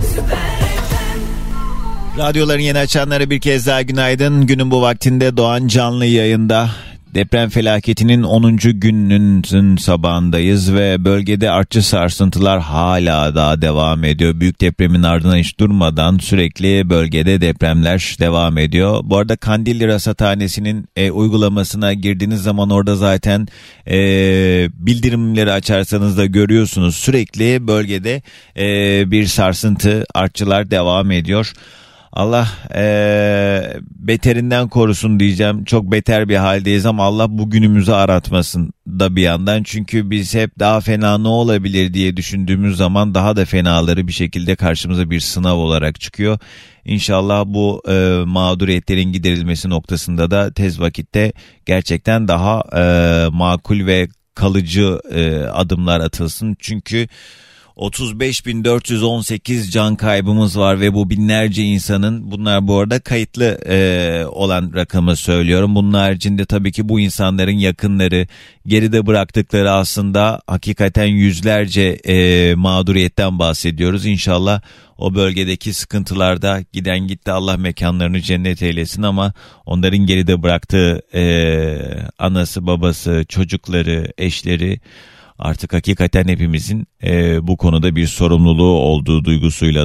Radyoların yeni açanlara bir kez daha günaydın. Günün bu vaktinde Doğan canlı yayında. Deprem felaketinin onuncu gününün sabahındayız ve bölgede artçı sarsıntılar hala daha devam ediyor. Büyük depremin ardından hiç durmadan sürekli bölgede depremler devam ediyor. Bu arada Kandilli Rasathanesi'nin e, uygulamasına girdiğiniz zaman orada zaten e, bildirimleri açarsanız da görüyorsunuz. Sürekli bölgede e, bir sarsıntı, artçılar devam ediyor. Allah ee, beterinden korusun diyeceğim. Çok beter bir haldeyiz ama Allah bugünümüzü aratmasın da bir yandan. Çünkü biz hep daha fena ne olabilir diye düşündüğümüz zaman daha da fenaları bir şekilde karşımıza bir sınav olarak çıkıyor. İnşallah bu e, mağduriyetlerin giderilmesi noktasında da tez vakitte gerçekten daha e, makul ve kalıcı e, adımlar atılsın. Çünkü otuz beş bin dört yüz on sekiz can kaybımız var ve bu binlerce insanın, bunlar bu arada kayıtlı e, olan rakamı söylüyorum. Bunun haricinde tabii ki bu insanların yakınları, geride bıraktıkları aslında hakikaten yüzlerce e, mağduriyetten bahsediyoruz. İnşallah o bölgedeki sıkıntılarda giden gitti, Allah mekanlarını cennet eylesin ama onların geride bıraktığı e, anası, babası, çocukları, eşleri, artık hakikaten hepimizin e, bu konuda bir sorumluluğu olduğu duygusuyla da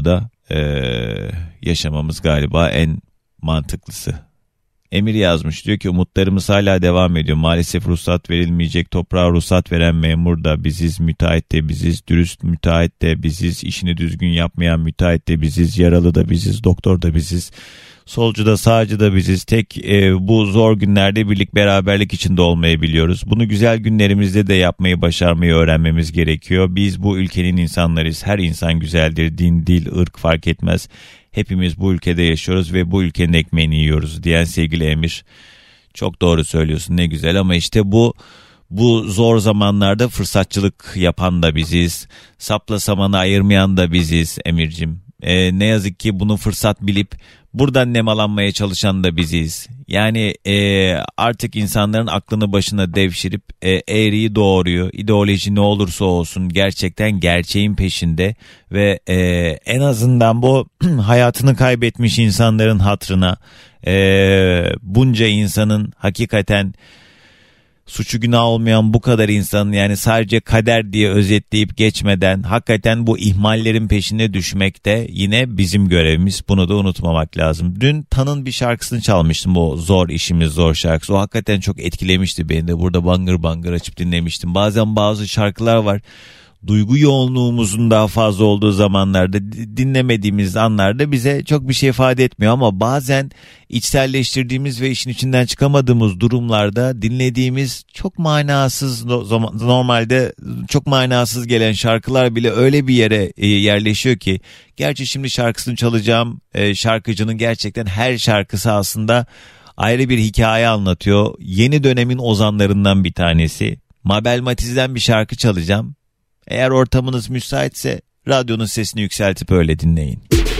e, yaşamamız galiba en mantıklısı. Emir yazmış, diyor ki umutlarımız hala devam ediyor. Maalesef ruhsat verilmeyecek. Toprağa ruhsat veren memur da biziz, müteahhit de biziz, dürüst müteahhit de biziz, işini düzgün yapmayan müteahhit de biziz, yaralı da biziz, doktor da biziz, solcu da sağcı da biziz. Tek e, bu zor günlerde birlik beraberlik içinde olmayı biliyoruz. Bunu güzel günlerimizde de yapmayı, başarmayı öğrenmemiz gerekiyor. Biz bu ülkenin insanlarıyız. Her insan güzeldir. Din, dil, ırk fark etmez. Hepimiz bu ülkede yaşıyoruz ve bu ülkenin ekmeğini yiyoruz diyen sevgili Emir. Çok doğru söylüyorsun, ne güzel, ama işte bu bu zor zamanlarda fırsatçılık yapan da biziz. Sapla samanı ayırmayan da biziz Emir'cim. Ee, ne yazık ki bunu fırsat bilip buradan nemalanmaya çalışan da biziz. Yani e, artık insanların aklını başına devşirip e, eğriyi doğruyu, ideoloji ne olursa olsun gerçekten gerçeğin peşinde ve e, en azından bu hayatını kaybetmiş insanların hatırına, e, bunca insanın hakikaten suçu günah olmayan bu kadar insanın, yani sadece kader diye özetleyip geçmeden hakikaten bu ihmallerin peşine düşmek de yine bizim görevimiz. Bunu da unutmamak lazım. Dün Tan'ın bir şarkısını çalmıştım, o Zor İşimiz Zor şarkısı. O hakikaten çok etkilemişti beni de, burada bangır bangır açıp dinlemiştim. Bazen bazı şarkılar var, duygu yoğunluğumuzun daha fazla olduğu zamanlarda, dinlemediğimiz anlarda bize çok bir şey ifade etmiyor, ama bazen içselleştirdiğimiz ve işin içinden çıkamadığımız durumlarda dinlediğimiz çok manasız, normalde çok manasız gelen şarkılar bile öyle bir yere yerleşiyor ki. Gerçi şimdi şarkısını çalacağım şarkıcının gerçekten her şarkısı aslında ayrı bir hikaye anlatıyor. Yeni dönemin ozanlarından bir tanesi. Mabel Matiz'den bir şarkı çalacağım. Eğer ortamınız müsaitse radyonun sesini yükseltip öyle dinleyin.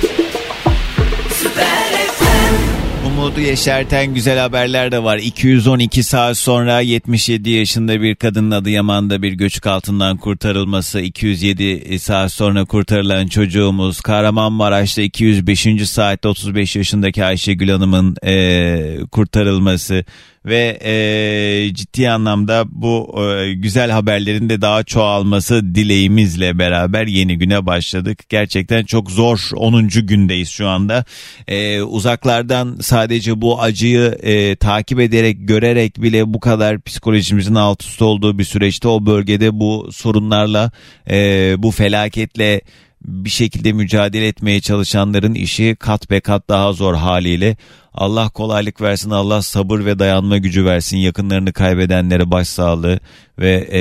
Umudu yeşerten güzel haberler de var. iki yüz on iki saat sonra yetmiş yedi yaşında bir kadının Adıyaman'da bir göçük altından kurtarılması, iki yüz yedi saat sonra kurtarılan çocuğumuz, Kahramanmaraş'ta iki yüz beşinci saatte otuz beş yaşındaki Ayşegül Hanım'ın e, kurtarılması ve e, ciddi anlamda bu e, güzel haberlerin de daha çoğalması dileğimizle beraber yeni güne başladık. Gerçekten çok zor onuncu gündeyiz şu anda. E, uzaklardan sadece bu acıyı e, takip ederek, görerek bile bu kadar psikolojimizin alt üst olduğu bir süreçte o bölgede bu sorunlarla, e, bu felaketle bir şekilde mücadele etmeye çalışanların işi kat be kat daha zor haliyle. Allah kolaylık versin, Allah sabır ve dayanma gücü versin. Yakınlarını kaybedenlere başsağlığı ve e,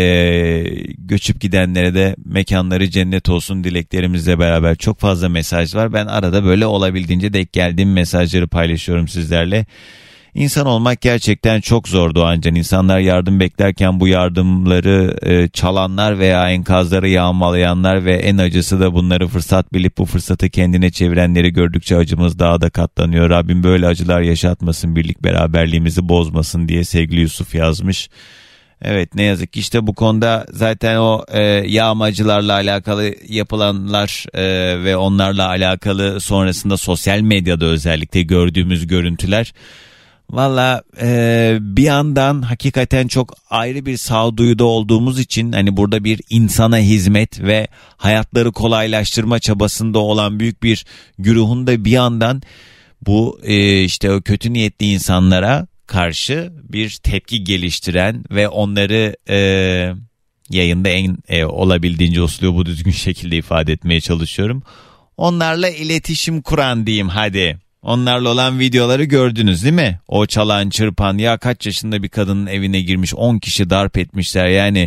göçüp gidenlere de mekanları cennet olsun dileklerimizle beraber. Çok fazla mesaj var. Ben arada böyle olabildiğince denk geldiğim mesajları paylaşıyorum sizlerle. İnsan olmak gerçekten çok zor Doğancan. İnsanlar yardım beklerken bu yardımları e, çalanlar veya enkazları yağmalayanlar ve en acısı da bunları fırsat bilip bu fırsatı kendine çevirenleri gördükçe acımız daha da katlanıyor. Rabbim böyle acılar yaşatmasın, birlik beraberliğimizi bozmasın diye sevgili Yusuf yazmış. Evet, ne yazık ki işte bu konuda zaten o e, yağmacılarla alakalı yapılanlar e, ve onlarla alakalı sonrasında sosyal medyada özellikle gördüğümüz görüntüler. Valla e, bir yandan hakikaten çok ayrı bir sağduyuda olduğumuz için, hani burada bir insana hizmet ve hayatları kolaylaştırma çabasında olan büyük bir güruhun da bir yandan bu e, işte o kötü niyetli insanlara karşı bir tepki geliştiren ve onları e, yayında en e, olabildiğince uslubu düzgün şekilde ifade etmeye çalışıyorum. Onlarla iletişim kuran diyeyim hadi. Onlarla olan videoları gördünüz değil mi? O çalan çırpan, ya kaç yaşında bir kadının evine girmiş, on kişi darp etmişler, yani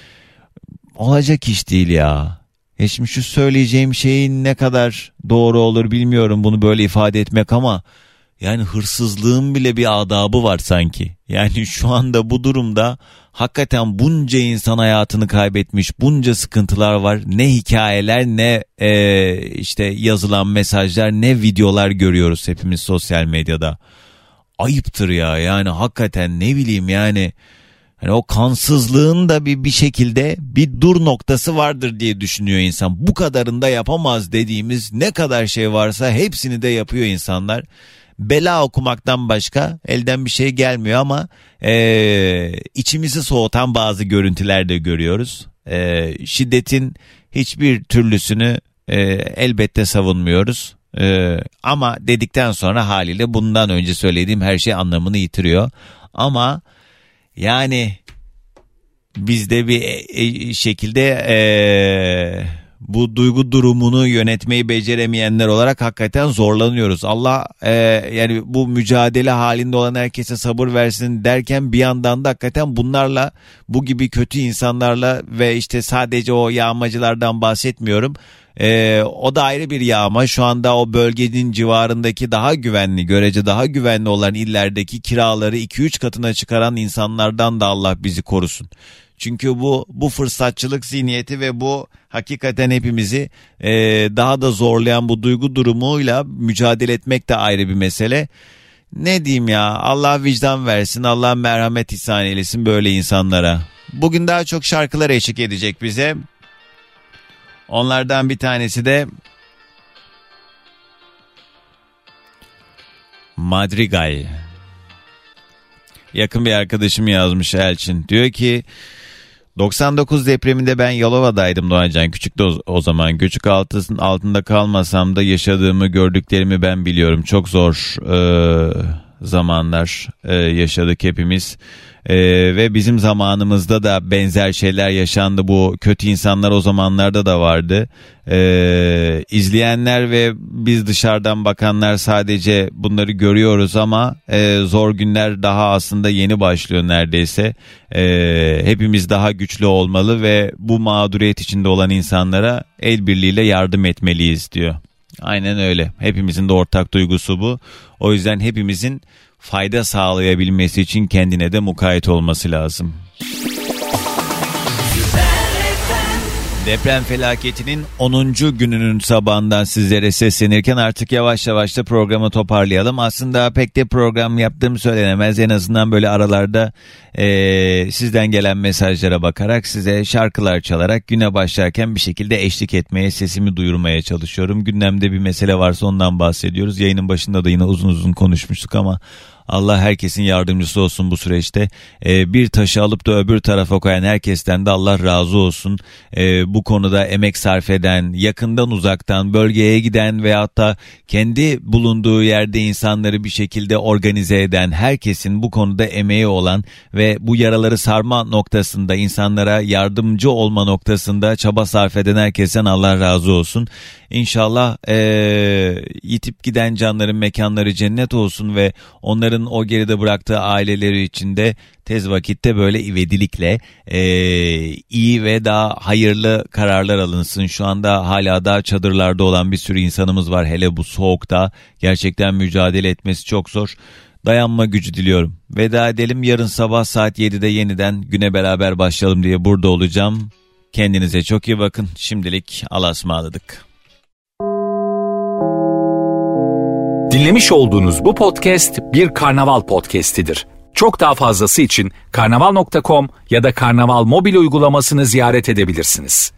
olacak iş değil ya. E şimdi şu söyleyeceğim şeyin ne kadar doğru olur bilmiyorum bunu böyle ifade etmek, ama yani hırsızlığın bile bir adabı var sanki. Yani şu anda bu durumda hakikaten bunca insan hayatını kaybetmiş, bunca sıkıntılar var. Ne hikayeler, ne e, işte yazılan mesajlar, ne videolar görüyoruz hepimiz sosyal medyada. Ayıptır ya, yani hakikaten ne bileyim yani. Hani o kansızlığın da bir bir şekilde bir dur noktası vardır diye düşünüyor insan. Bu kadarını da yapamaz dediğimiz ne kadar şey varsa hepsini de yapıyor insanlar. Bela okumaktan başka elden bir şey gelmiyor, ama e, içimizi soğutan bazı görüntüler de görüyoruz. E, şiddetin hiçbir türlüsünü e, elbette savunmuyoruz. E, ama dedikten sonra haliyle bundan önce söylediğim her şey anlamını yitiriyor. Ama yani biz de bir e, şekilde e, bu duygu durumunu yönetmeyi beceremeyenler olarak hakikaten zorlanıyoruz. Allah e, yani bu mücadele halinde olan herkese sabır versin derken bir yandan da hakikaten bunlarla, bu gibi kötü insanlarla ve işte sadece o yağmacılardan bahsetmiyorum. Ee, o da ayrı bir yağma. Şu anda o bölgenin civarındaki daha güvenli, görece daha güvenli olan illerdeki kiraları iki üç katına çıkaran insanlardan da Allah bizi korusun. Çünkü bu bu fırsatçılık zihniyeti ve bu hakikaten hepimizi e, daha da zorlayan bu duygu durumuyla mücadele etmek de ayrı bir mesele. Ne diyeyim ya, Allah vicdan versin, Allah merhamet ihsan eylesin böyle insanlara. Bugün daha çok şarkılar eşlik edecek bize. Onlardan bir tanesi de Madrigal. Yakın bir arkadaşım yazmış, Elçin. Diyor ki doksan dokuz depreminde ben Yalova'daydım Doğancan. Küçüktü o, o zaman. Göçük altısının altında kalmasam da yaşadığımı, gördüklerimi ben biliyorum. Çok zor e, zamanlar e, yaşadık hepimiz. Ee, ve bizim zamanımızda da benzer şeyler yaşandı. Bu kötü insanlar o zamanlarda da vardı. Ee, izleyenler ve biz dışarıdan bakanlar sadece bunları görüyoruz ama e, zor günler daha aslında yeni başlıyor neredeyse. Ee, hepimiz daha güçlü olmalı ve bu mağduriyet içinde olan insanlara el birliğiyle yardım etmeliyiz diyor. Aynen öyle. Hepimizin de ortak duygusu bu. O yüzden hepimizin fayda sağlayabilmesi için kendine de mukayyet olması lazım. Deprem felaketinin onuncu gününün sabahından sizlere seslenirken artık yavaş yavaş da programı toparlayalım. Aslında pek de program yaptığım söylenemez. En azından böyle aralarda e, sizden gelen mesajlara bakarak size şarkılar çalarak güne başlarken bir şekilde eşlik etmeye, sesimi duyurmaya çalışıyorum. Gündemde bir mesele varsa ondan bahsediyoruz. Yayının başında da yine uzun uzun konuşmuştuk ama Allah herkesin yardımcısı olsun bu süreçte. Ee, bir taşı alıp da öbür tarafa koyan herkesten de Allah razı olsun. Ee, bu konuda emek sarf eden, yakından uzaktan bölgeye giden veyahut da kendi bulunduğu yerde insanları bir şekilde organize eden herkesin bu konuda emeği olan ve bu yaraları sarma noktasında, insanlara yardımcı olma noktasında çaba sarf eden herkesten Allah razı olsun. İnşallah ee, yitip giden canların mekanları cennet olsun ve onların o geride bıraktığı aileleri içinde tez vakitte böyle ivedilikle e, iyi ve daha hayırlı kararlar alınsın. Şu anda hala da çadırlarda olan bir sürü insanımız var. Hele bu soğukta gerçekten mücadele etmesi çok zor. Dayanma gücü diliyorum. Veda edelim. Yarın sabah saat yedide yeniden güne beraber başlayalım diye burada olacağım. Kendinize çok iyi bakın. Şimdilik Allah'a ısmarladık. Dinlemiş olduğunuz bu podcast bir Karnaval podcastidir. Çok daha fazlası için karnaval nokta com ya da Karnaval mobil uygulamasını ziyaret edebilirsiniz.